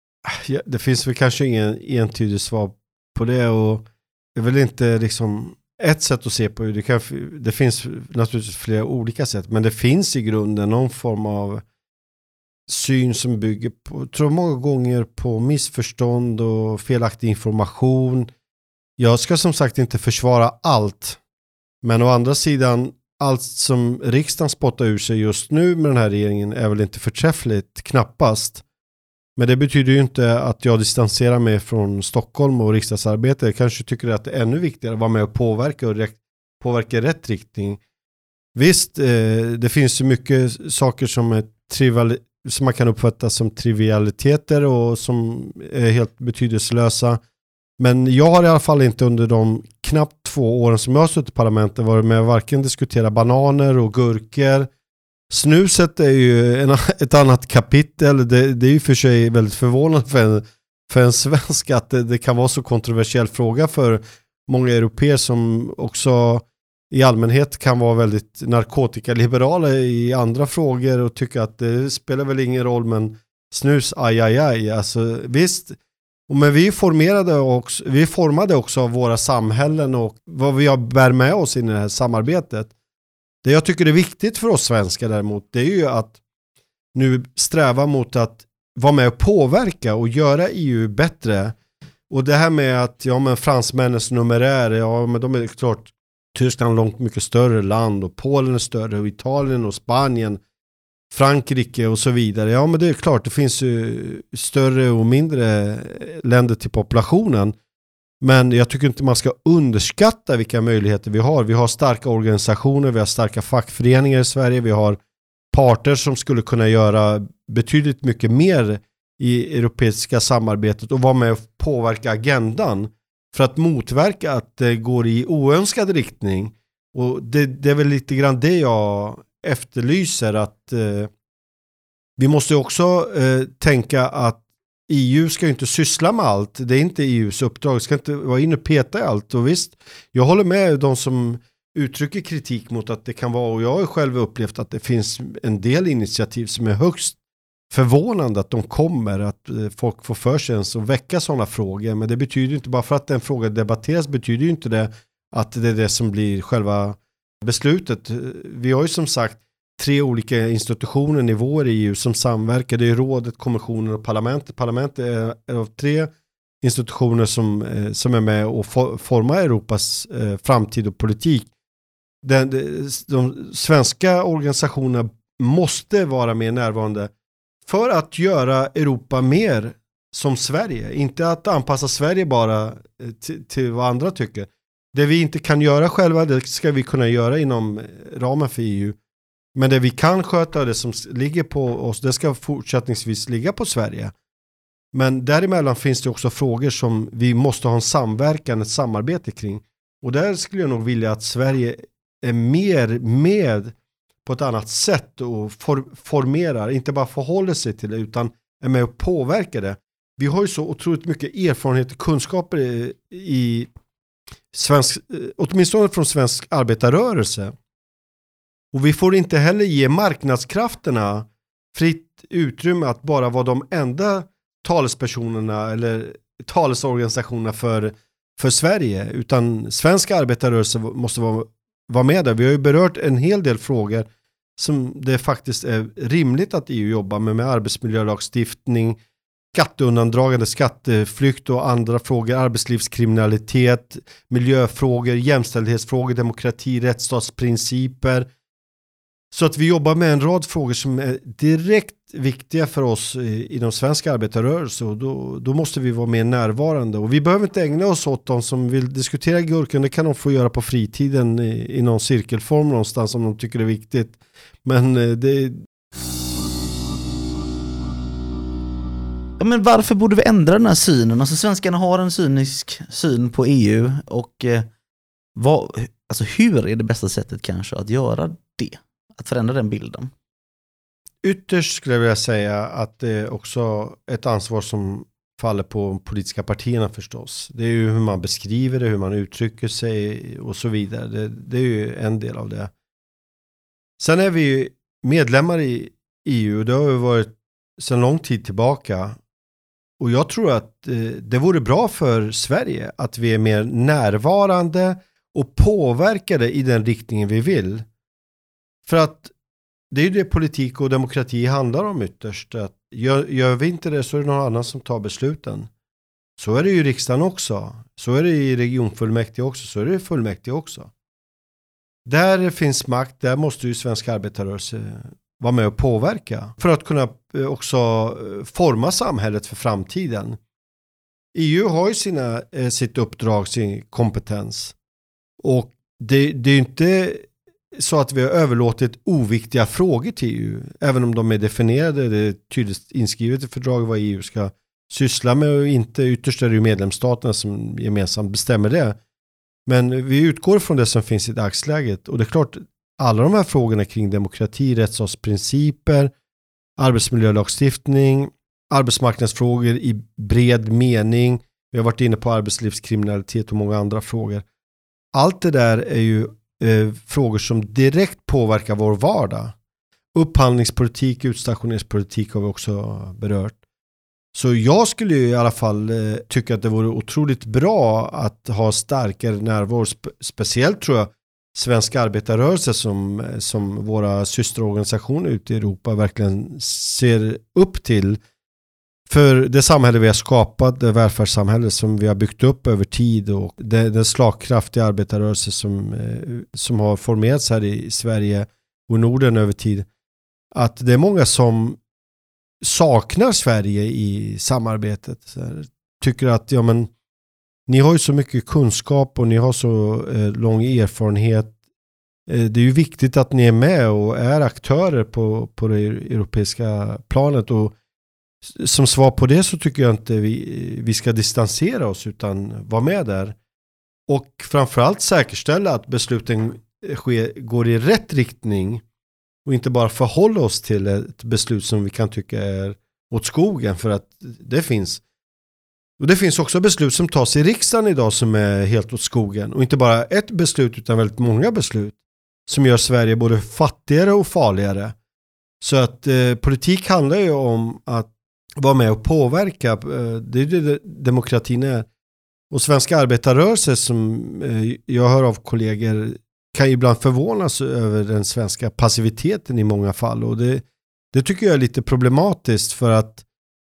Ja, det finns väl kanske ingen entydig svar på det, och det är väl inte liksom ett sätt att se på det. Det finns naturligtvis flera olika sätt, men det finns i grunden någon form av syn som bygger på, tror många gånger, på missförstånd och felaktig information. Jag ska som sagt inte försvara allt, men å andra sidan, allt som riksdagen spottar ur sig just nu med den här regeringen är väl inte förträffligt, knappast. Men det betyder ju inte att jag distanserar mig från Stockholm och riksdagsarbete. Jag kanske tycker att det är ännu viktigare att vara med och påverka i rätt riktning. Visst, det finns ju mycket saker som man kan uppfatta som trivialiteter och som är helt betydelselösa. Men jag har i alla fall inte under de knappt 2 åren som jag har suttit i parlamentet varit med och varken diskutera bananer och gurkor. Snuset är ju ett annat kapitel. Det är ju för sig väldigt förvånande för en svensk att det kan vara så kontroversiell fråga för många europeer som också i allmänhet kan vara väldigt narkotikaliberala i andra frågor och tycka att det spelar väl ingen roll, men snus, aj. Alltså visst. Men vi formade också av våra samhällen och vad vi bär med oss i det här samarbetet. Det jag tycker är viktigt för oss svenskar däremot, det är ju att nu sträva mot att vara med och påverka och göra EU bättre. Och det här med att fransmännens numerär, men de är klart, Tyskland är långt mycket större land och Polen är större och Italien och Spanien, Frankrike och så vidare. Ja, men det är klart, det finns ju större och mindre länder till populationen. Men jag tycker inte man ska underskatta vilka möjligheter vi har. Vi har starka organisationer, vi har starka fackföreningar i Sverige, vi har parter som skulle kunna göra betydligt mycket mer i europeiska samarbetet och vara med och påverka agendan för att motverka att det går i oönskad riktning. Och det är väl lite grann det jag efterlyser att vi måste också tänka att EU ska inte syssla med allt. Det är inte EUs uppdrag. Ska inte vara inne och peta i allt. Och visst, jag håller med de som uttrycker kritik mot att det kan vara, och jag har själv upplevt att det finns en del initiativ som är högst förvånande att de kommer, att folk får för sig ens att väcka sådana frågor. Men det betyder inte, bara för att en fråga debatteras betyder ju inte det att det är det som blir själva beslutet. Vi har ju som sagt 3 olika institutioner, nivåer i EU som samverkar. Det är rådet, kommissionen och parlamentet. Parlamentet är av 3 institutioner som är med och formar Europas framtid och politik. De svenska organisationerna måste vara mer närvarande för att göra Europa mer som Sverige. Inte att anpassa Sverige bara till vad andra tycker. Det vi inte kan göra själva, det ska vi kunna göra inom ramen för EU. Men det vi kan sköta, det som ligger på oss, det ska fortsättningsvis ligga på Sverige. Men däremellan finns det också frågor som vi måste ha en samverkan, ett samarbete kring. Och där skulle jag nog vilja att Sverige är mer med på ett annat sätt och formerar, inte bara förhåller sig till det utan är med och påverkar det. Vi har ju så otroligt mycket erfarenhet och kunskaper i svensk, åtminstone från svensk arbetarrörelse. Och vi får inte heller ge marknadskrafterna fritt utrymme att bara vara de enda talespersonerna eller talesorganisationerna för Sverige, utan svensk arbetarrörelse måste vara med där. Vi har ju berört en hel del frågor som det faktiskt är rimligt att EU jobbar med arbetsmiljölagstiftning, skatteundandragande, skatteflykt och andra frågor, arbetslivskriminalitet, miljöfrågor, jämställdhetsfrågor, demokrati, rättsstatsprinciper. Så att vi jobbar med en rad frågor som är direkt viktiga för oss i de svenska arbetarrörelsen, och då måste vi vara mer närvarande. Och vi behöver inte ägna oss åt de som vill diskutera gurken, det kan de få göra på fritiden i någon cirkelform någonstans om de tycker det är viktigt. Men det... Ja, men varför borde vi ändra den här synen? Alltså svenskarna har en cynisk syn på EU och alltså hur är det bästa sättet kanske att göra det? Att förändra den bilden? Ytterst skulle jag vilja säga att det är också ett ansvar som faller på de politiska partierna förstås. Det är ju hur man beskriver det, hur man uttrycker sig och så vidare. Det är ju en del av det. Sen är vi ju medlemmar i EU och det har ju varit sedan lång tid tillbaka. Och jag tror att det vore bra för Sverige att vi är mer närvarande och påverkade i den riktningen vi vill. För att det är ju det politik och demokrati handlar om ytterst. Att gör vi inte det så är det någon annan som tar besluten. Så är det ju i riksdagen också. Så är det i regionfullmäktige också. Så är det i fullmäktige också. Där finns makt, där måste ju svenska arbetarrörelse vara med och påverka. För att kunna också forma samhället för framtiden. EU har ju sitt uppdrag, sin kompetens. Och det är inte så att vi har överlåtit oviktiga frågor till EU. Även om de är definierade, det är tydligt inskrivet i fördraget vad EU ska syssla med och inte. Ytterst är det ju medlemsstaterna som gemensamt bestämmer det. Men vi utgår från det som finns i dagsläget. Och det är klart, alla de här frågorna kring demokrati, rättsstatsprinciper, arbetsmiljölagstiftning, arbetsmarknadsfrågor i bred mening. Vi har varit inne på arbetslivskriminalitet och många andra frågor. Allt det där är ju frågor som direkt påverkar vår vardag. Upphandlingspolitik, utstationeringspolitik har vi också berört. Så jag skulle i alla fall tycka att det vore otroligt bra att ha starkare närvaro. Speciellt tror jag svenska arbetarrörelse som våra systerorganisationer ute i Europa verkligen ser upp till. För det samhälle vi har skapat, det välfärdssamhälle som vi har byggt upp över tid och den slagkraftiga arbetarrörelse som har formerats här i Sverige och Norden över tid. Att det är många som saknar Sverige i samarbetet. Så här, tycker att ni har ju så mycket kunskap och ni har så lång erfarenhet. Det är ju viktigt att ni är med och är aktörer på det europeiska planet, och som svar på det så tycker jag inte vi ska distansera oss utan vara med där. Och framförallt säkerställa att besluten går i rätt riktning och inte bara förhålla oss till ett beslut som vi kan tycka är åt skogen, för att det finns. Och det finns också beslut som tas i riksdagen idag som är helt åt skogen, och inte bara ett beslut utan väldigt många beslut som gör Sverige både fattigare och farligare. Så att politik handlar ju om att vara med och påverka. Det är det demokratin är. Och svenska arbetarrörelser som jag hör av kollegor kan ibland förvånas över den svenska passiviteten i många fall. Och det tycker jag är lite problematiskt, för att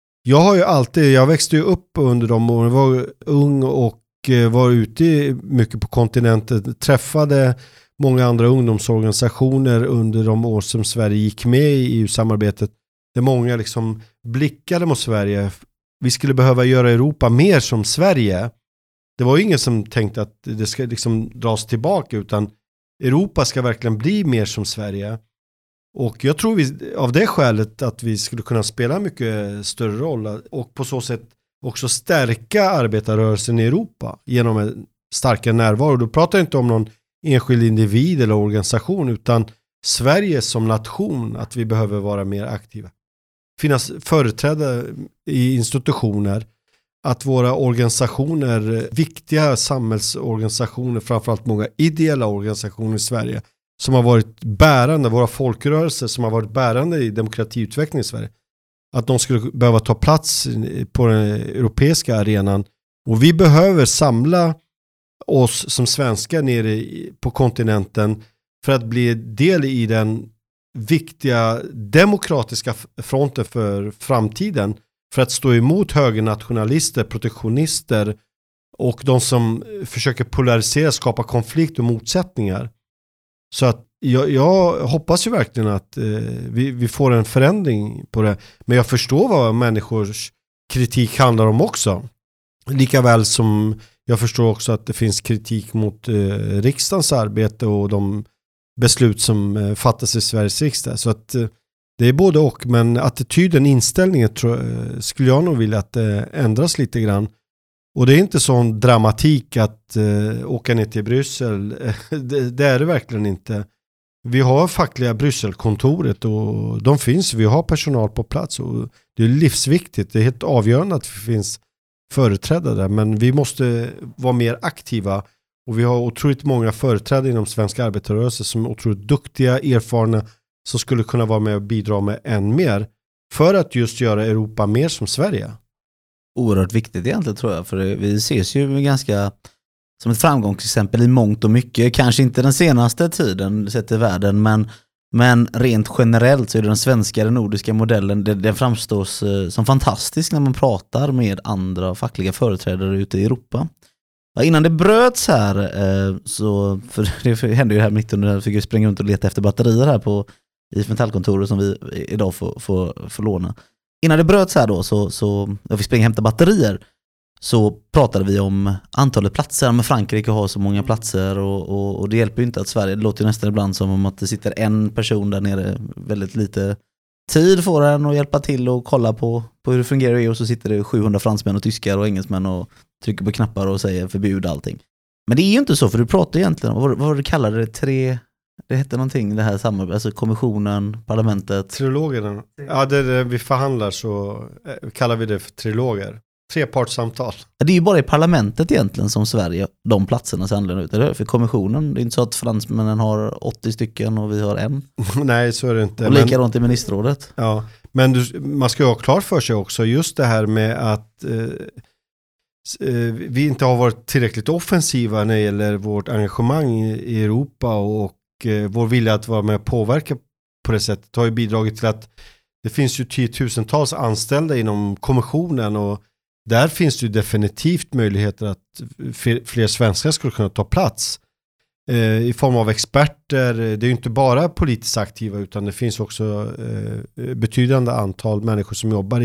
jag växte ju upp under de åren, var ung och var ute mycket på kontinenten, träffade många andra ungdomsorganisationer under de år som Sverige gick med i EU-samarbetet, där många liksom blickade mot Sverige. Vi skulle behöva göra Europa mer som Sverige. Det var ingen som tänkte att det ska liksom dras tillbaka, utan Europa ska verkligen bli mer som Sverige. Och jag tror av det skälet att vi skulle kunna spela en mycket större roll och på så sätt också stärka arbetarrörelsen i Europa genom en starkare närvaro. Då pratar jag inte om någon enskild individ eller organisation, utan Sverige som nation, att vi behöver vara mer aktiva. Finnas företrädda i institutioner, att våra organisationer, viktiga samhällsorganisationer, framförallt många ideella organisationer i Sverige som har varit bärande, våra folkrörelser som har varit bärande i demokratiutveckling i Sverige, att de skulle behöva ta plats på den europeiska arenan. Och vi behöver samla oss som svenskar nere på kontinenten för att bli del i den viktiga demokratiska fronten för framtiden, för att stå emot högernationalister, protektionister och de som försöker polarisera, skapa konflikt och motsättningar. Så att jag hoppas ju verkligen att vi får en förändring på det. Men jag förstår vad människors kritik handlar om också. Likaväl som jag förstår också att det finns kritik mot riksdagens arbete och de beslut som fattas i Sveriges riksdag. Så att det är både och, men attityden, inställningen skulle jag nog vilja att det ändras lite grann. Och det är inte sån dramatik att åka ner till Bryssel. Det är det verkligen inte. Vi har fackliga Brysselkontoret och de finns. Vi har personal på plats och det är livsviktigt. Det är helt avgörande att det finns företrädare där. Men vi måste vara mer aktiva. Och vi har otroligt många företrädare inom svenska arbetarrörelser som är otroligt duktiga, erfarna, som skulle kunna vara med och bidra med än mer för att just göra Europa mer som Sverige. Oerhört viktigt egentligen, tror jag, för vi ses ju ganska som ett framgångsexempel i mångt och mycket, kanske inte den senaste tiden sett i världen, men rent generellt så är den svenska, den nordiska modellen, den framstås som fantastisk när man pratar med andra fackliga företrädare ute i Europa. Ja, innan det bröts här, så, för det hände ju här mitt under, fick vi springa runt och leta efter batterier här på IF Metallkontoret som vi idag får låna. Innan det bröts här då, så jag fick springa och hämta batterier, så pratade vi om antalet platser. Men Frankrike har så många platser och det hjälper ju inte att Sverige, det låter nästan ibland som om att det sitter en person där nere, väldigt lite tid får den att hjälpa till och kolla på hur det fungerar, och så sitter det 700 fransmän och tyskar och engelsmän och trycker på knappar och säger förbjud allting. Men det är ju inte så, för du pratar egentligen om, vad du kallade det, det hette någonting, det här samarbetet, alltså kommissionen, parlamentet. Trilogerna. Ja, det vi förhandlar så kallar vi det för triloger. Trepartssamtal. Det är ju bara i parlamentet egentligen som Sverige, de platserna ser annorlunda ut. Eller för kommissionen, det är inte så att fransmännen har 80 stycken och vi har en. Nej, så är det inte. Och likadant i ministerrådet. Ja, men man ska ju ha klart för sig också just det här med att vi inte har varit tillräckligt offensiva när det gäller vårt engagemang i Europa och vår vilja att vara med och påverka på det sättet har ju bidragit till att det finns ju 10-tusentals anställda inom kommissionen, och där finns det ju definitivt möjligheter att fler svenskar skulle kunna ta plats i form av experter. Det är ju inte bara politiskt aktiva, utan det finns också betydande antal människor som jobbar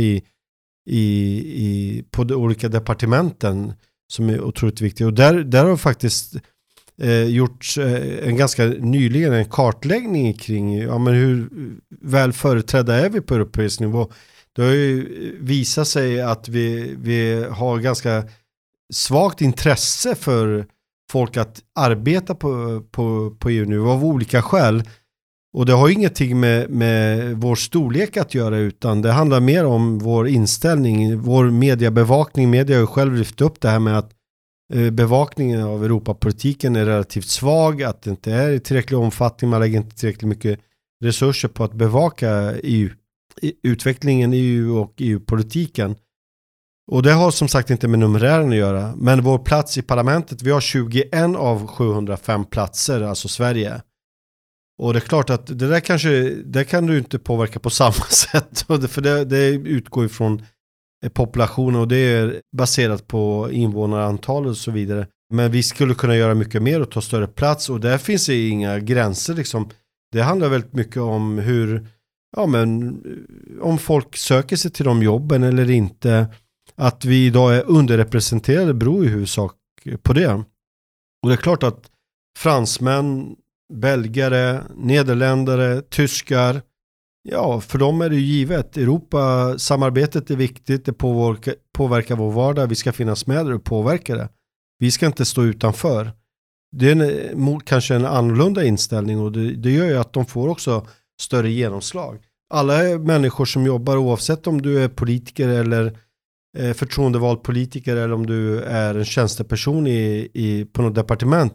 på de olika departementen som är otroligt viktiga. Och där har faktiskt gjorts en ganska nyligen en kartläggning kring men hur väl företrädda är vi på europeisk nivå. Det har ju visat sig att vi har ganska svagt intresse för folk att arbeta på EU-nivå av olika skäl. Och det har ju ingenting med vår storlek att göra, utan det handlar mer om vår inställning, vår mediebevakning. Media har ju själv lyft upp det här med att bevakningen av Europapolitiken är relativt svag, att det inte är i tillräcklig omfattning, man lägger inte tillräckligt mycket resurser på att bevaka utvecklingen i EU och EU-politiken. Och det har som sagt inte med numerären att göra, men vår plats i parlamentet, vi har 21 av 705 platser, alltså Sverige. Och det är klart att det kan du inte påverka på samma sätt, för det utgår ifrån populationen och det är baserat på invånarantal och så vidare. Men vi skulle kunna göra mycket mer och ta större plats, och där finns det inga gränser liksom. Det handlar väldigt mycket om hur, om folk söker sig till de jobben eller inte. Att vi idag är underrepresenterade beror i huvudsak på det. Och det är klart att fransmän, belgare, nederländare, tyskar, för dem är det ju givet. Europasamarbetet är viktigt, det påverkar vår vardag, vi ska finnas med där och påverka det. Vi ska inte stå utanför. Det är kanske en annorlunda inställning, och det gör ju att de får också större genomslag. Alla människor som jobbar, oavsett om du är politiker eller förtroendevald politiker eller om du är en tjänsteperson på något departement,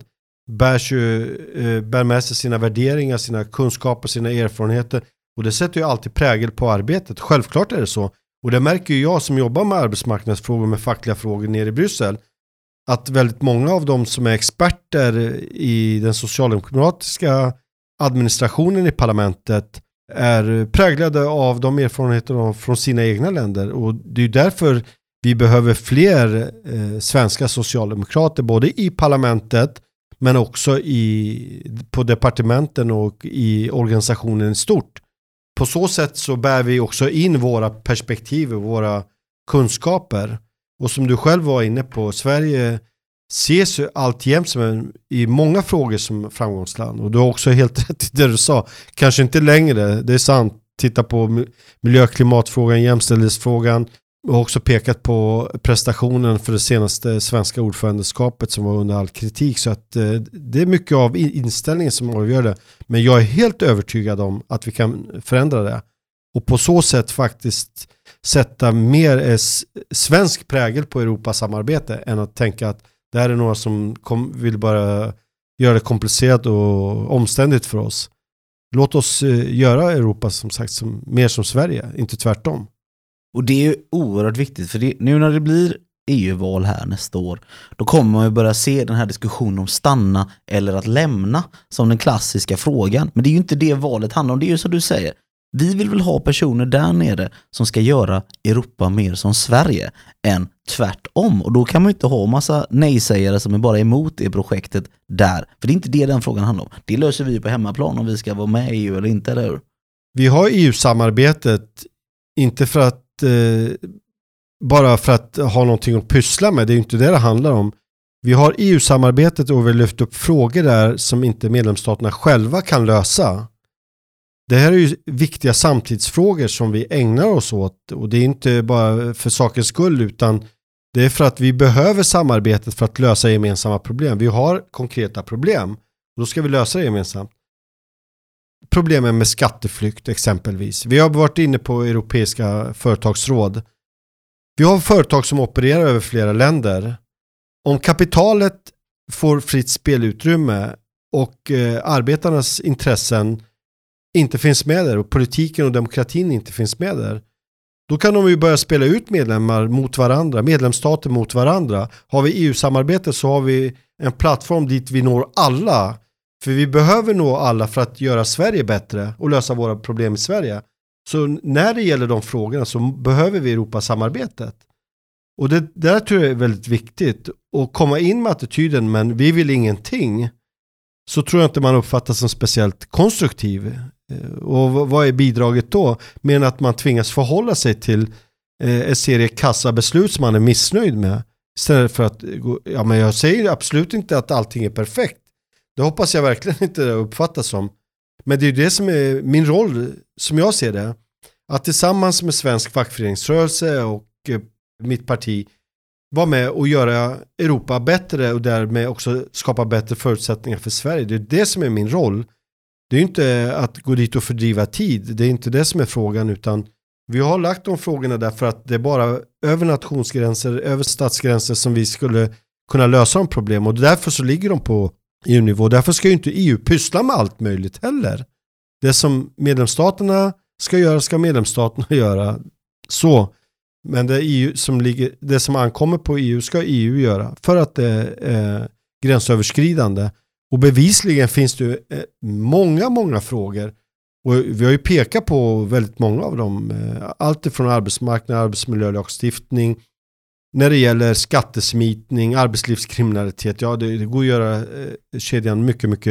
bär med sig sina värderingar, sina kunskaper, sina erfarenheter, och det sätter ju alltid prägel på arbetet. Självklart är det så. Och det märker ju jag som jobbar med arbetsmarknadsfrågor, med fackliga frågor nere i Bryssel, att väldigt många av dem som är experter i den socialdemokratiska administrationen i parlamentet är präglade av de erfarenheterna från sina egna länder. Och det är ju därför vi behöver fler svenska socialdemokrater, både i parlamentet men också på departementen och i organisationen i stort. På så sätt så bär vi också in våra perspektiv och våra kunskaper. Och som du själv var inne på, Sverige ses ju alltjämt i många frågor som framgångsland. Och du har också helt rätt i det du sa. Kanske inte längre, det är sant. Titta på miljö- och klimatfrågan, jämställdhetsfrågan. Och också pekat på prestationen för det senaste svenska ordförandeskapet som var under all kritik. Så att det är mycket av inställningen som avgör det. Men jag är helt övertygad om att vi kan förändra det. Och på så sätt faktiskt sätta mer svensk prägel på Europasamarbete än att tänka att det här är några som vill bara göra det komplicerat och omständigt för oss. Låt oss göra Europa som sagt mer som Sverige, inte tvärtom. Och det är ju oerhört viktigt, för nu när det blir EU-val här nästa år, då kommer man ju börja se den här diskussionen om stanna eller att lämna som den klassiska frågan. Men det är ju inte det valet handlar om, det är ju som du säger. Vi vill väl ha personer där nere som ska göra Europa mer som Sverige än tvärtom. Och då kan man ju inte ha massa nej-sägare som är bara emot det projektet där. För det är inte det den frågan handlar om. Det löser vi på hemmaplan om vi ska vara med i EU eller inte, eller hur? Vi har EU-samarbetet inte för att bara för att ha någonting att pyssla med. Det är ju inte det handlar om. Vi har EU-samarbetet och vi har lyft upp frågor där som inte medlemsstaterna själva kan lösa. Det här är ju viktiga samtidsfrågor som vi ägnar oss åt, och det är inte bara för sakens skull, utan det är för att vi behöver samarbetet för att lösa gemensamma problem. Vi har konkreta problem och då ska vi lösa det gemensamt. Problemen med skatteflykt exempelvis. Vi har varit inne på europeiska företagsråd. Vi har företag som opererar över flera länder. Om kapitalet får fritt spelutrymme och arbetarnas intressen inte finns med där och politiken och demokratin inte finns med där, då kan de ju börja spela ut medlemmar mot varandra, medlemsstater mot varandra. Har vi EU-samarbete så har vi en plattform dit vi når alla. För vi behöver nå alla för att göra Sverige bättre och lösa våra problem i Sverige. Så när det gäller de frågorna så behöver vi Europasamarbetet. Och det där tror jag är väldigt viktigt. Att komma in med attityden, men vi vill ingenting, så tror jag inte man uppfattas som speciellt konstruktiv. Och vad är bidraget då? Men att man tvingas förhålla sig till en serie kassabeslut som man är missnöjd med. Istället för att, men jag säger absolut inte att allting är perfekt. Det hoppas jag verkligen inte uppfattas som. Men det är det som är min roll, som jag ser det. Att tillsammans med svensk fackföreningsrörelse och mitt parti vara med och göra Europa bättre och därmed också skapa bättre förutsättningar för Sverige. Det är det som är min roll. Det är ju inte att gå dit och fördriva tid. Det är inte det som är frågan, utan vi har lagt de frågorna därför att det är bara över nationsgränser, över statsgränser som vi skulle kunna lösa de problem. Och därför så ligger de på EU-nivå. Därför ska ju inte EU pyssla med allt möjligt heller. Det som medlemsstaterna ska göra ska medlemsstaterna göra. Så. Men det som ankommer på EU ska EU göra för att det är gränsöverskridande. Och bevisligen finns det många frågor. Och vi har ju pekat på väldigt många av dem. Allt ifrån arbetsmarknad, arbetsmiljölagstiftning, när det gäller skattesmitning, arbetslivskriminalitet. Ja, det går att göra kedjan mycket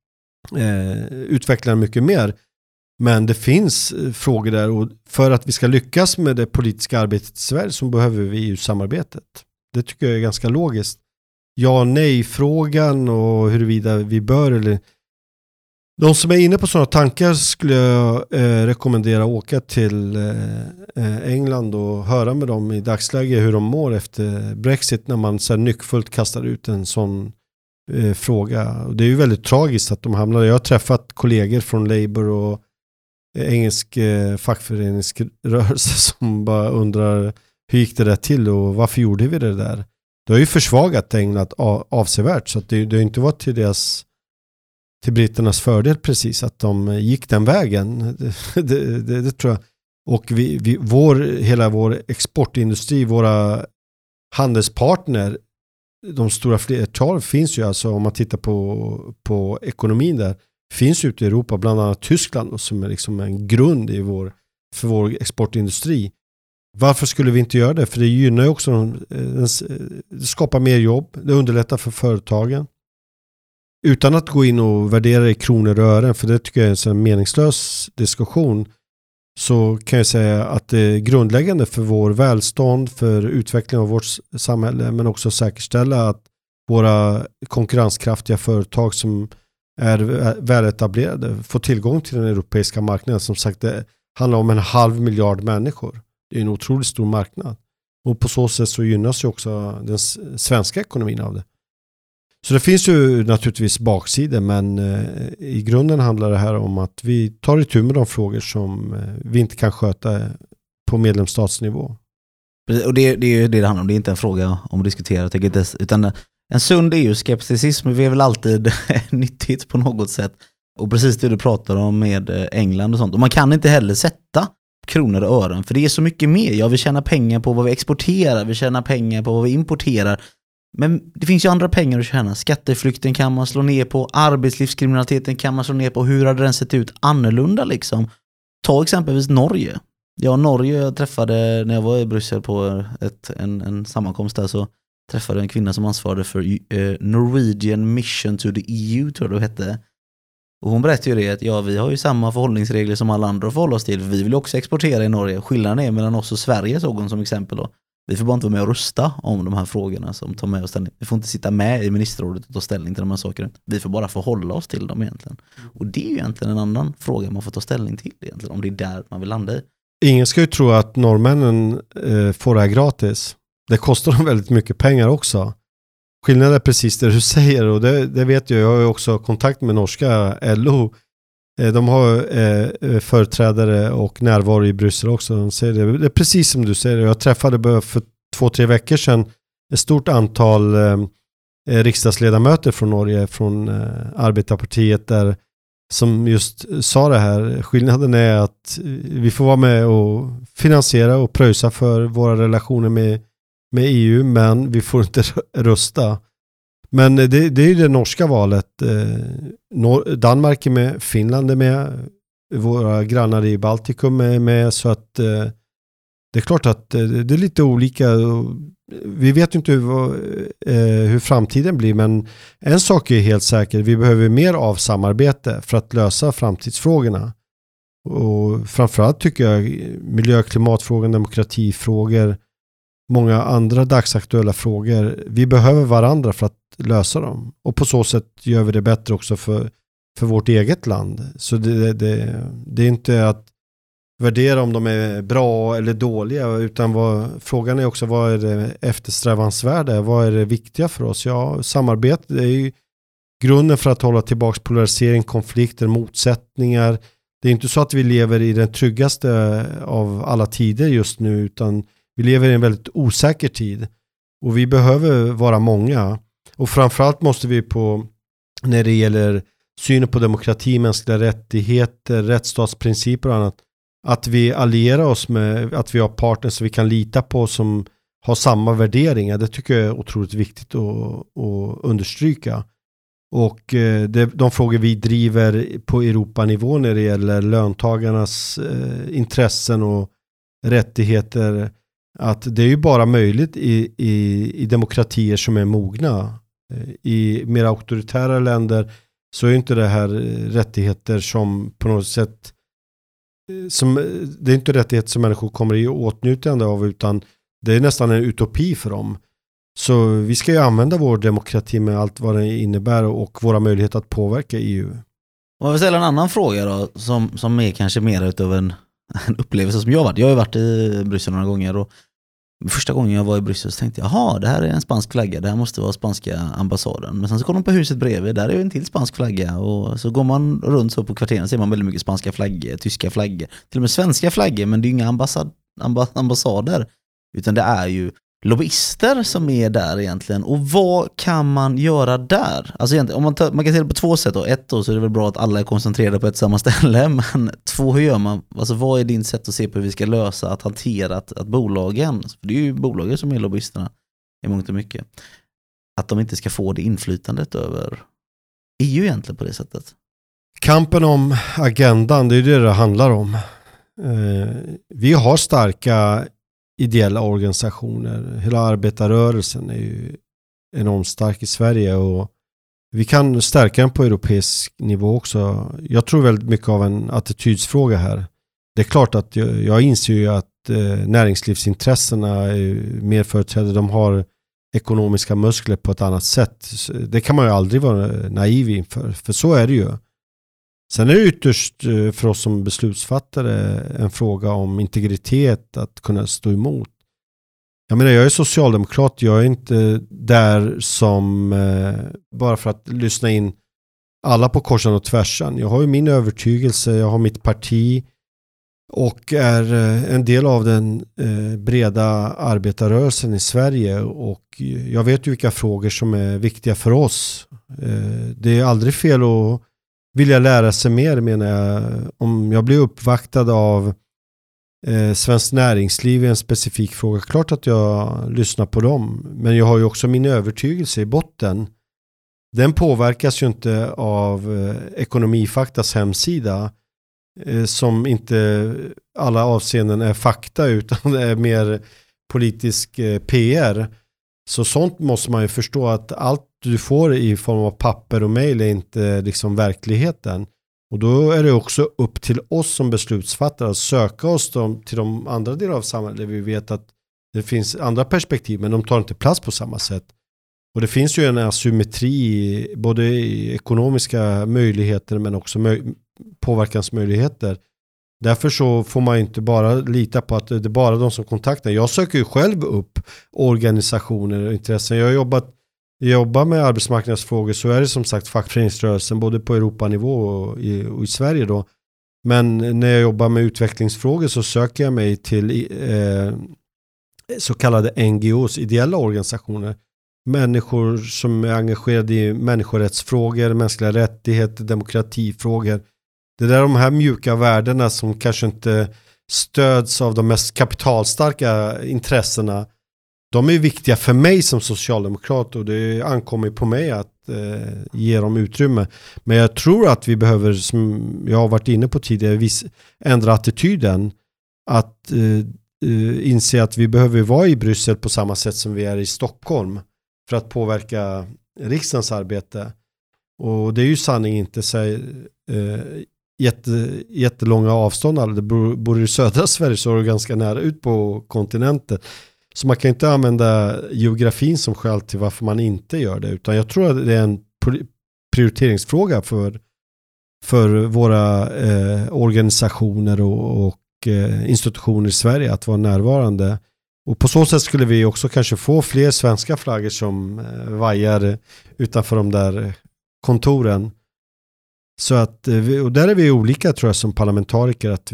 utveckla mycket mer. Men det finns frågor där, och för att vi ska lyckas med det politiska arbetet i Sverige så behöver vi EU-samarbetet. Det tycker jag är ganska logiskt. Ja, nej-frågan och huruvida vi bör eller... De som är inne på sådana tankar skulle jag rekommendera att åka till England och höra med dem i dagsläget hur de mår efter Brexit, när man så här nyckfullt kastar ut en sån fråga. Och det är ju väldigt tragiskt att de hamnar. Jag har träffat kollegor från Labour och engelsk fackföreningsrörelse som bara undrar hur gick det där till och varför gjorde vi det där? Det har ju försvagat England avsevärt, så att det har inte varit till britternas fördel precis att de gick den vägen. Det tror jag. Och hela vår exportindustri, våra handelspartner, de stora flertal finns ju, alltså om man tittar på ekonomin där, finns ute i Europa, bland annat Tyskland, som är liksom en grund för vår exportindustri. Varför skulle vi inte göra det? För det gynnar ju också, det skapar mer jobb, det underlättar för företagen. Utan att gå in och värdera i kronor och ören, för det tycker jag är en meningslös diskussion, så kan jag säga att det är grundläggande för vår välstånd, för utveckling av vårt samhälle, men också säkerställa att våra konkurrenskraftiga företag som är väletablerade får tillgång till den europeiska marknaden. Som sagt, det handlar om 500 million människor. Det är en otroligt stor marknad. Och på så sätt så gynnas ju också den svenska ekonomin av det. Så det finns ju naturligtvis baksidor, men i grunden handlar det här om att vi tar itu med de frågor som vi inte kan sköta på medlemsstatsnivå. Och det är ju det handlar om. Det är inte en fråga om att diskutera, utan en sund EU-skepticism är väl alltid nyttigt på något sätt. Och precis det du pratar om med England och sånt. Och man kan inte heller sätta kronor och ören, för det är så mycket mer. Ja, vi tjänar pengar på vad vi exporterar, vi tjänar pengar på vad vi importerar. Men det finns ju andra pengar att tjäna. Skatteflykten kan man slå ner på, arbetslivskriminaliteten kan man slå ner på. Hur hade den sett ut annorlunda liksom? Ta exempelvis Norge. Ja, Norge, jag träffade när jag var i Bryssel på en sammankomst där, så träffade en kvinna som ansvarade för Norwegian Mission to the EU, tror jag det hette. Och hon berättade ju det att ja, vi har ju samma förhållningsregler som alla andra att förhålla oss till. Vi vill också exportera i Norge. Skillnaden är mellan oss och Sverige, såg hon som exempel då. Vi får bara inte vara med och rösta om de här frågorna som tar med oss ställning. Vi får inte sitta med i ministerrådet och ta ställning till de här sakerna. Vi får bara förhålla oss till dem egentligen. Och det är ju egentligen en annan fråga man får ta ställning till egentligen, om det är där man vill landa i. Ingen ska ju tro att norrmännen får det här gratis. Det kostar dem väldigt mycket pengar också. Skillnaden är precis det du säger, och det vet jag. Jag har ju också kontakt med norska LO. De har företrädare och närvaro i Bryssel också. De säger det. Det är precis som du säger. Jag träffade för 2-3 veckor sedan ett stort antal riksdagsledamöter från Norge, från Arbetarpartiet, där som just sa det här. Skillnaden är att vi får vara med och finansiera och pröjsa för våra relationer med EU, men vi får inte rösta. Men det är ju det norska valet. Danmark är med, Finland är med, våra grannar i Baltikum är med, så att det är klart att det är lite olika. Vi vet ju inte hur framtiden blir, men en sak är helt säker. Vi behöver mer av samarbete för att lösa framtidsfrågorna. Och framförallt tycker jag miljö- och klimatfrågan, demokratifrågor, många andra dagsaktuella frågor. Vi behöver varandra för att lösa dem. Och på så sätt gör vi det bättre också för vårt eget land. Så det är inte att värdera om de är bra eller dåliga, utan frågan är också vad är det eftersträvansvärda, vad är det viktiga för oss? Ja, samarbete, det är ju grunden för att hålla tillbaka polarisering, konflikter, motsättningar. Det är inte så att vi lever i den tryggaste av alla tider just nu, utan vi lever i en väldigt osäker tid. Och vi behöver vara många. Och framförallt måste vi när det gäller synen på demokrati, mänskliga rättigheter, rättsstatsprinciper och annat, att vi allierar oss med, att vi har partners som vi kan lita på som har samma värderingar. Det tycker jag är otroligt viktigt att understryka. Och de frågor vi driver på Europanivå när det gäller löntagarnas intressen och rättigheter, att det är ju bara möjligt i demokratier som är mogna. I mer auktoritära länder så är inte det här rättigheter som på något sätt det är inte rättigheter som människor kommer i åtnjutande av, utan det är nästan en utopi för dem. Så vi ska ju använda vår demokrati med allt vad det innebär och våra möjligheter att påverka EU. Om jag vill ställa en annan fråga då, som är kanske mer utav en upplevelse som jag har varit. Jag har ju varit i Bryssel några gånger, och första gången jag var i Bryssel så tänkte jag, jaha, det här är en spansk flagga, det här måste vara spanska ambassaden. Men sen så kom de på huset bredvid, där är ju en till spansk flagga, och så går man runt så på kvarteren så ser man väldigt mycket spanska flaggor, tyska flaggor, till och med svenska flaggor, men det är ju inga ambassader, utan det är ju lobbyister som är där egentligen. Och vad kan man göra där? Alltså om man kan se det på två sätt. Ett då, så är det väl bra att alla är koncentrerade på ett samma ställe, men två, hur gör man? Alltså vad är din sätt att se på hur vi ska lösa att hantera att bolagen, för det är ju bolagen som är lobbyisterna i mångt och mycket, att de inte ska få det inflytandet över EU egentligen på det sättet. Kampen om agendan, det är det handlar om. Vi har starka ideella organisationer. Hela arbetarrörelsen är ju enormt stark i Sverige, och vi kan stärka den på europeisk nivå också. Jag tror väldigt mycket av en attitydsfråga här. Det är klart att jag inser ju att näringslivsintressena är mer företrädda. De har ekonomiska muskler på ett annat sätt. Det kan man ju aldrig vara naiv inför, för så är det ju. Sen är det ytterst för oss som beslutsfattare en fråga om integritet, att kunna stå emot. Jag menar, jag är socialdemokrat, jag är inte där som bara för att lyssna in alla på korsan och tvärsan. Jag har ju min övertygelse, jag har mitt parti och är en del av den breda arbetarrörelsen i Sverige, och jag vet ju vilka frågor som är viktiga för oss. Det är aldrig fel att vilja lära sig mer, menar jag. Om jag blir uppvaktad av Svenskt Näringsliv i en specifik fråga, klart att jag lyssnar på dem. Men jag har ju också min övertygelse i botten. Den påverkas ju inte av Ekonomifaktas hemsida, som inte alla avseenden är fakta, utan det är mer politisk PR. Så sånt måste man ju förstå, att allt du får i form av papper och mejl är inte liksom verkligheten. Och då är det också upp till oss som beslutsfattare att söka oss till de andra delar av samhället där vi vet att det finns andra perspektiv, men de tar inte plats på samma sätt. Och det finns ju en asymmetri både i ekonomiska möjligheter men också påverkansmöjligheter. Därför så får man inte bara lita på att det är bara de som kontaktar. Jag söker ju själv upp organisationer och intressen. Jag jobbar med arbetsmarknadsfrågor, så är det som sagt fackföreningsrörelsen både på Europanivå och i Sverige då. Men när jag jobbar med utvecklingsfrågor så söker jag mig till så kallade NGOs, ideella organisationer. Människor som är engagerade i människorättsfrågor, mänskliga rättigheter, demokratifrågor. Det är de här mjuka värdena som kanske inte stöds av de mest kapitalstarka intressena. De är viktiga för mig som socialdemokrat, och det ankommer på mig att ge dem utrymme. Men jag tror att vi behöver, som jag har varit inne på tidigare, ändra attityden. Att inse att vi behöver vara i Bryssel på samma sätt som vi är i Stockholm för att påverka riksdagens arbete. Och det är ju sanning inte så jättelånga avstånd. Alltså, bor i södra Sverige så är det ganska nära ut på kontinenten. Så man kan inte använda geografin som skäl till varför man inte gör det. Utan jag tror att det är en prioriteringsfråga för våra organisationer och institutioner i Sverige att vara närvarande. Och på så sätt skulle vi också kanske få fler svenska flaggor som vajar utanför de där kontoren. Så att, och där är vi olika tror jag som parlamentariker, att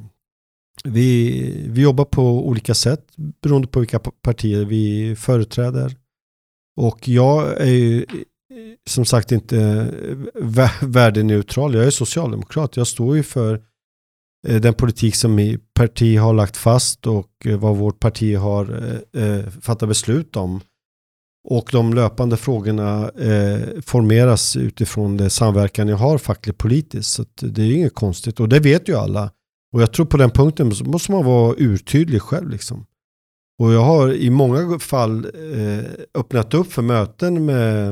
vi jobbar på olika sätt beroende på vilka partier vi företräder. Och jag är ju som sagt inte värdeneutral. Jag är socialdemokrat. Jag står ju för den politik som mitt parti har lagt fast och vad vårt parti har fattat beslut om. Och de löpande frågorna formeras utifrån det samverkan jag har fackligt politiskt. Så det är inget konstigt. Och det vet ju alla. Och jag tror på den punkten så måste man vara urtydlig själv liksom. Och jag har i många fall öppnat upp för möten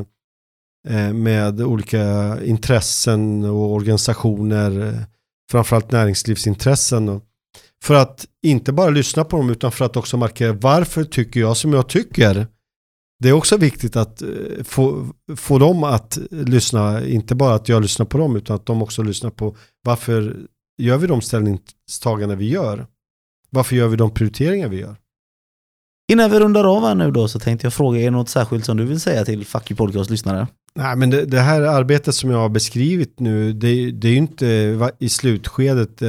med olika intressen och organisationer, framförallt näringslivsintressen. För att inte bara lyssna på dem utan för att också markera varför tycker jag som jag tycker. Det är också viktigt att få dem att lyssna, inte bara att jag lyssnar på dem utan att de också lyssnar på varför gör vi de ställningstaganden vi gör? Varför gör vi de prioriteringar vi gör? Innan vi rundar av här nu då så tänkte jag fråga er något särskilt som du vill säga till Fuck You Podcast-lyssnare. Nej, men det här arbetet som jag har beskrivit nu, det är ju inte i slutskedet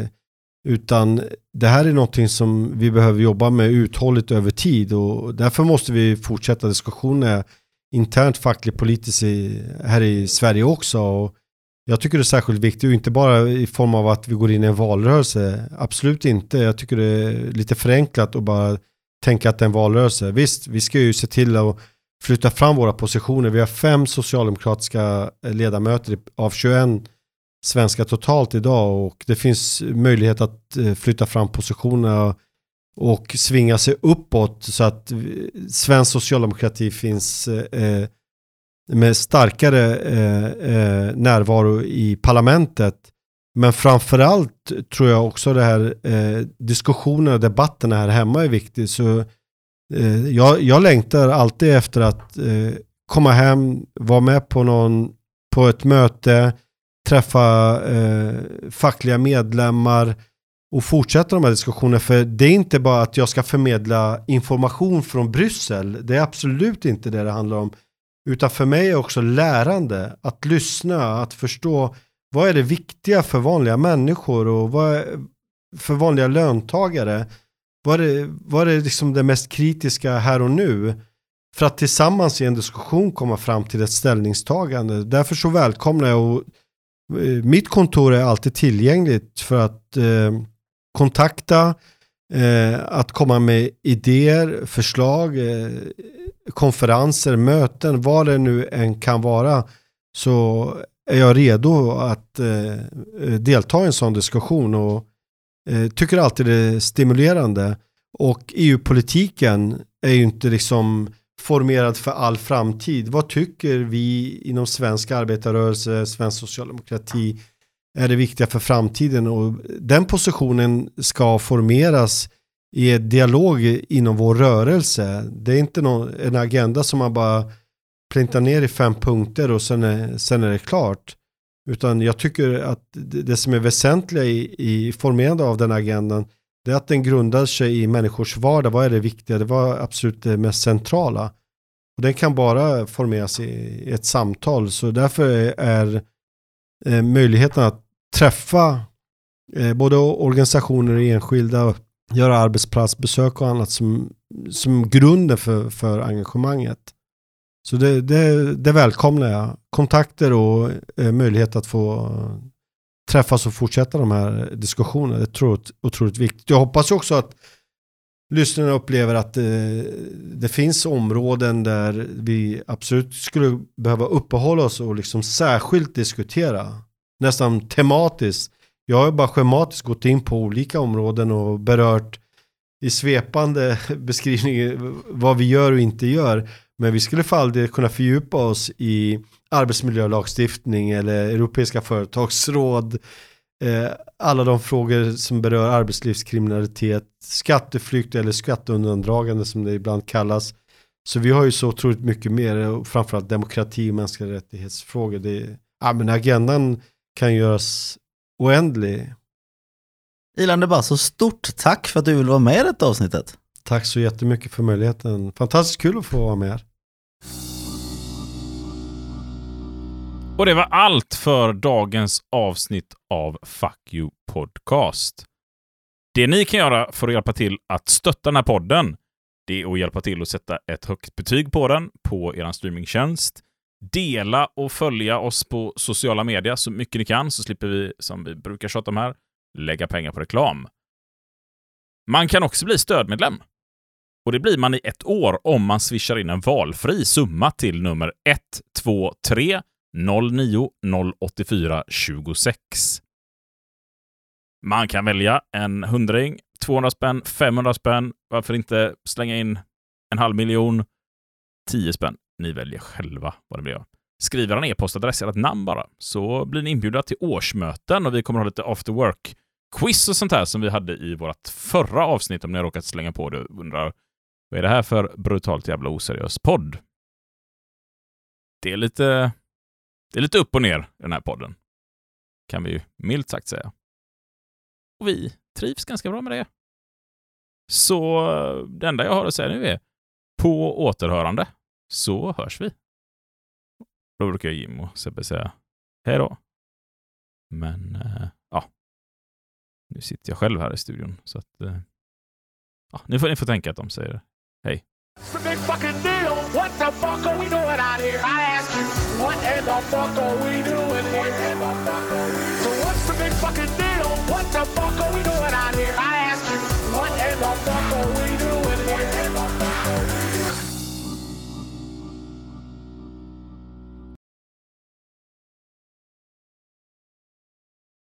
utan det här är någonting som vi behöver jobba med uthålligt över tid och därför måste vi fortsätta diskussioner internt fackligt politiskt här i Sverige också. Och jag tycker det är särskilt viktigt och inte bara i form av att vi går in i en valrörelse. Absolut inte. Jag tycker det är lite förenklat att bara tänka att det är en valrörelse. Visst, vi ska ju se till att flytta fram våra positioner. Vi har 5 socialdemokratiska ledamöter av 21 svenska totalt idag och det finns möjlighet att flytta fram positionerna och svinga sig uppåt så att svensk socialdemokrati finns med starkare närvaro i parlamentet. Men framförallt tror jag också det här diskussionerna och debatterna här hemma är viktigt. Så jag längtar alltid efter att komma hem, vara med på ett möte, träffa fackliga medlemmar och fortsätta de här diskussionerna. För det är inte bara att jag ska förmedla information från Bryssel. Det är absolut inte det handlar om. Utan för mig är också lärande. Att lyssna, att förstå vad är det viktiga för vanliga människor och vad är för vanliga löntagare. Vad är det liksom det mest kritiska här och nu? För att tillsammans i en diskussion komma fram till ett ställningstagande. Därför så välkomnar jag och mitt kontor är alltid tillgängligt för att kontakta, att komma med idéer, förslag, konferenser, möten, vad det nu än kan vara, så är jag redo att delta i en sån diskussion och tycker alltid det är stimulerande. Och EU-politiken är ju inte liksom formerad för all framtid. Vad tycker vi inom svensk arbetarrörelse, svensk socialdemokrati är det viktiga för framtiden? Och den positionen ska formeras i en dialog inom vår rörelse. Det är inte en agenda som man bara plintar ner i 5 punkter och sen är det klart. Utan jag tycker att det som är väsentliga i formerandet av den agendan, det är att den grundar sig i människors vardag. Vad är det viktiga? Det var absolut det mest centrala. Och den kan bara formeras i ett samtal. Så därför är möjligheten att träffa både organisationer och enskilda, göra arbetsplatsbesök och annat som grunden för engagemanget. Så det välkomnar jag. Kontakter och möjlighet att få träffas och fortsätta de här diskussionerna. Det tror jag är otroligt viktigt. Jag hoppas också att lyssnarna upplever att det finns områden där vi absolut skulle behöva uppehålla oss och liksom särskilt diskutera. Nästan tematiskt. Jag har bara schematiskt gått in på olika områden och berört i svepande beskrivningar vad vi gör och inte gör. Men vi skulle för aldrig kunna fördjupa oss i arbetsmiljölagstiftning eller europeiska företagsråd. Alla de frågor som berör arbetslivskriminalitet, skatteflykt eller skatteundandragande som det ibland kallas. Så vi har ju så otroligt mycket mer, framförallt demokrati och mänskliga rättighetsfrågor. Men agendan kan göras oändlig. Ilan De Basso, stort tack för att du vill vara med i detta avsnittet. Tack så jättemycket för möjligheten. Fantastiskt kul att få vara med. Och det var allt för dagens avsnitt av Fuck You Podcast. Det ni kan göra för att hjälpa till att stötta den här podden, det är att hjälpa till att sätta ett högt betyg på den på er streamingtjänst. Dela och följa oss på sociala medier så mycket ni kan, så slipper vi, som vi brukar tjata om här, lägga pengar på reklam. Man kan också bli stödmedlem. Och det blir man i 1 år om man swishar in en valfri summa till nummer 123 09 084 26. Man kan välja en 100, 200 spänn, 500 spänn. Varför inte slänga in 500 000, 10 spänn. Ni väljer själva vad det blir. Skriv en e-postadress eller ett namn bara, så blir ni inbjudna till årsmöten och vi kommer att ha lite after work-quiz och sånt här som vi hade i vårt förra avsnitt om ni har råkat slänga på det och undrar vad är det här för brutalt jävla oseriös podd? Det är lite upp och ner i den här podden. Kan vi ju milt sagt säga. Och vi trivs ganska bra med det. Så det enda jag har att säga nu är på återhörande så hörs vi. Då brukar Jim och Sebbe säga hej då. Men ja, nu sitter jag själv här i studion så att ja, ni får tänka att de säger hej. Big fucking deal. What the fuck are we doing out here? I ask you, what in the fuck are we doing here? So what's the big fucking deal? What the fuck are we doing out here?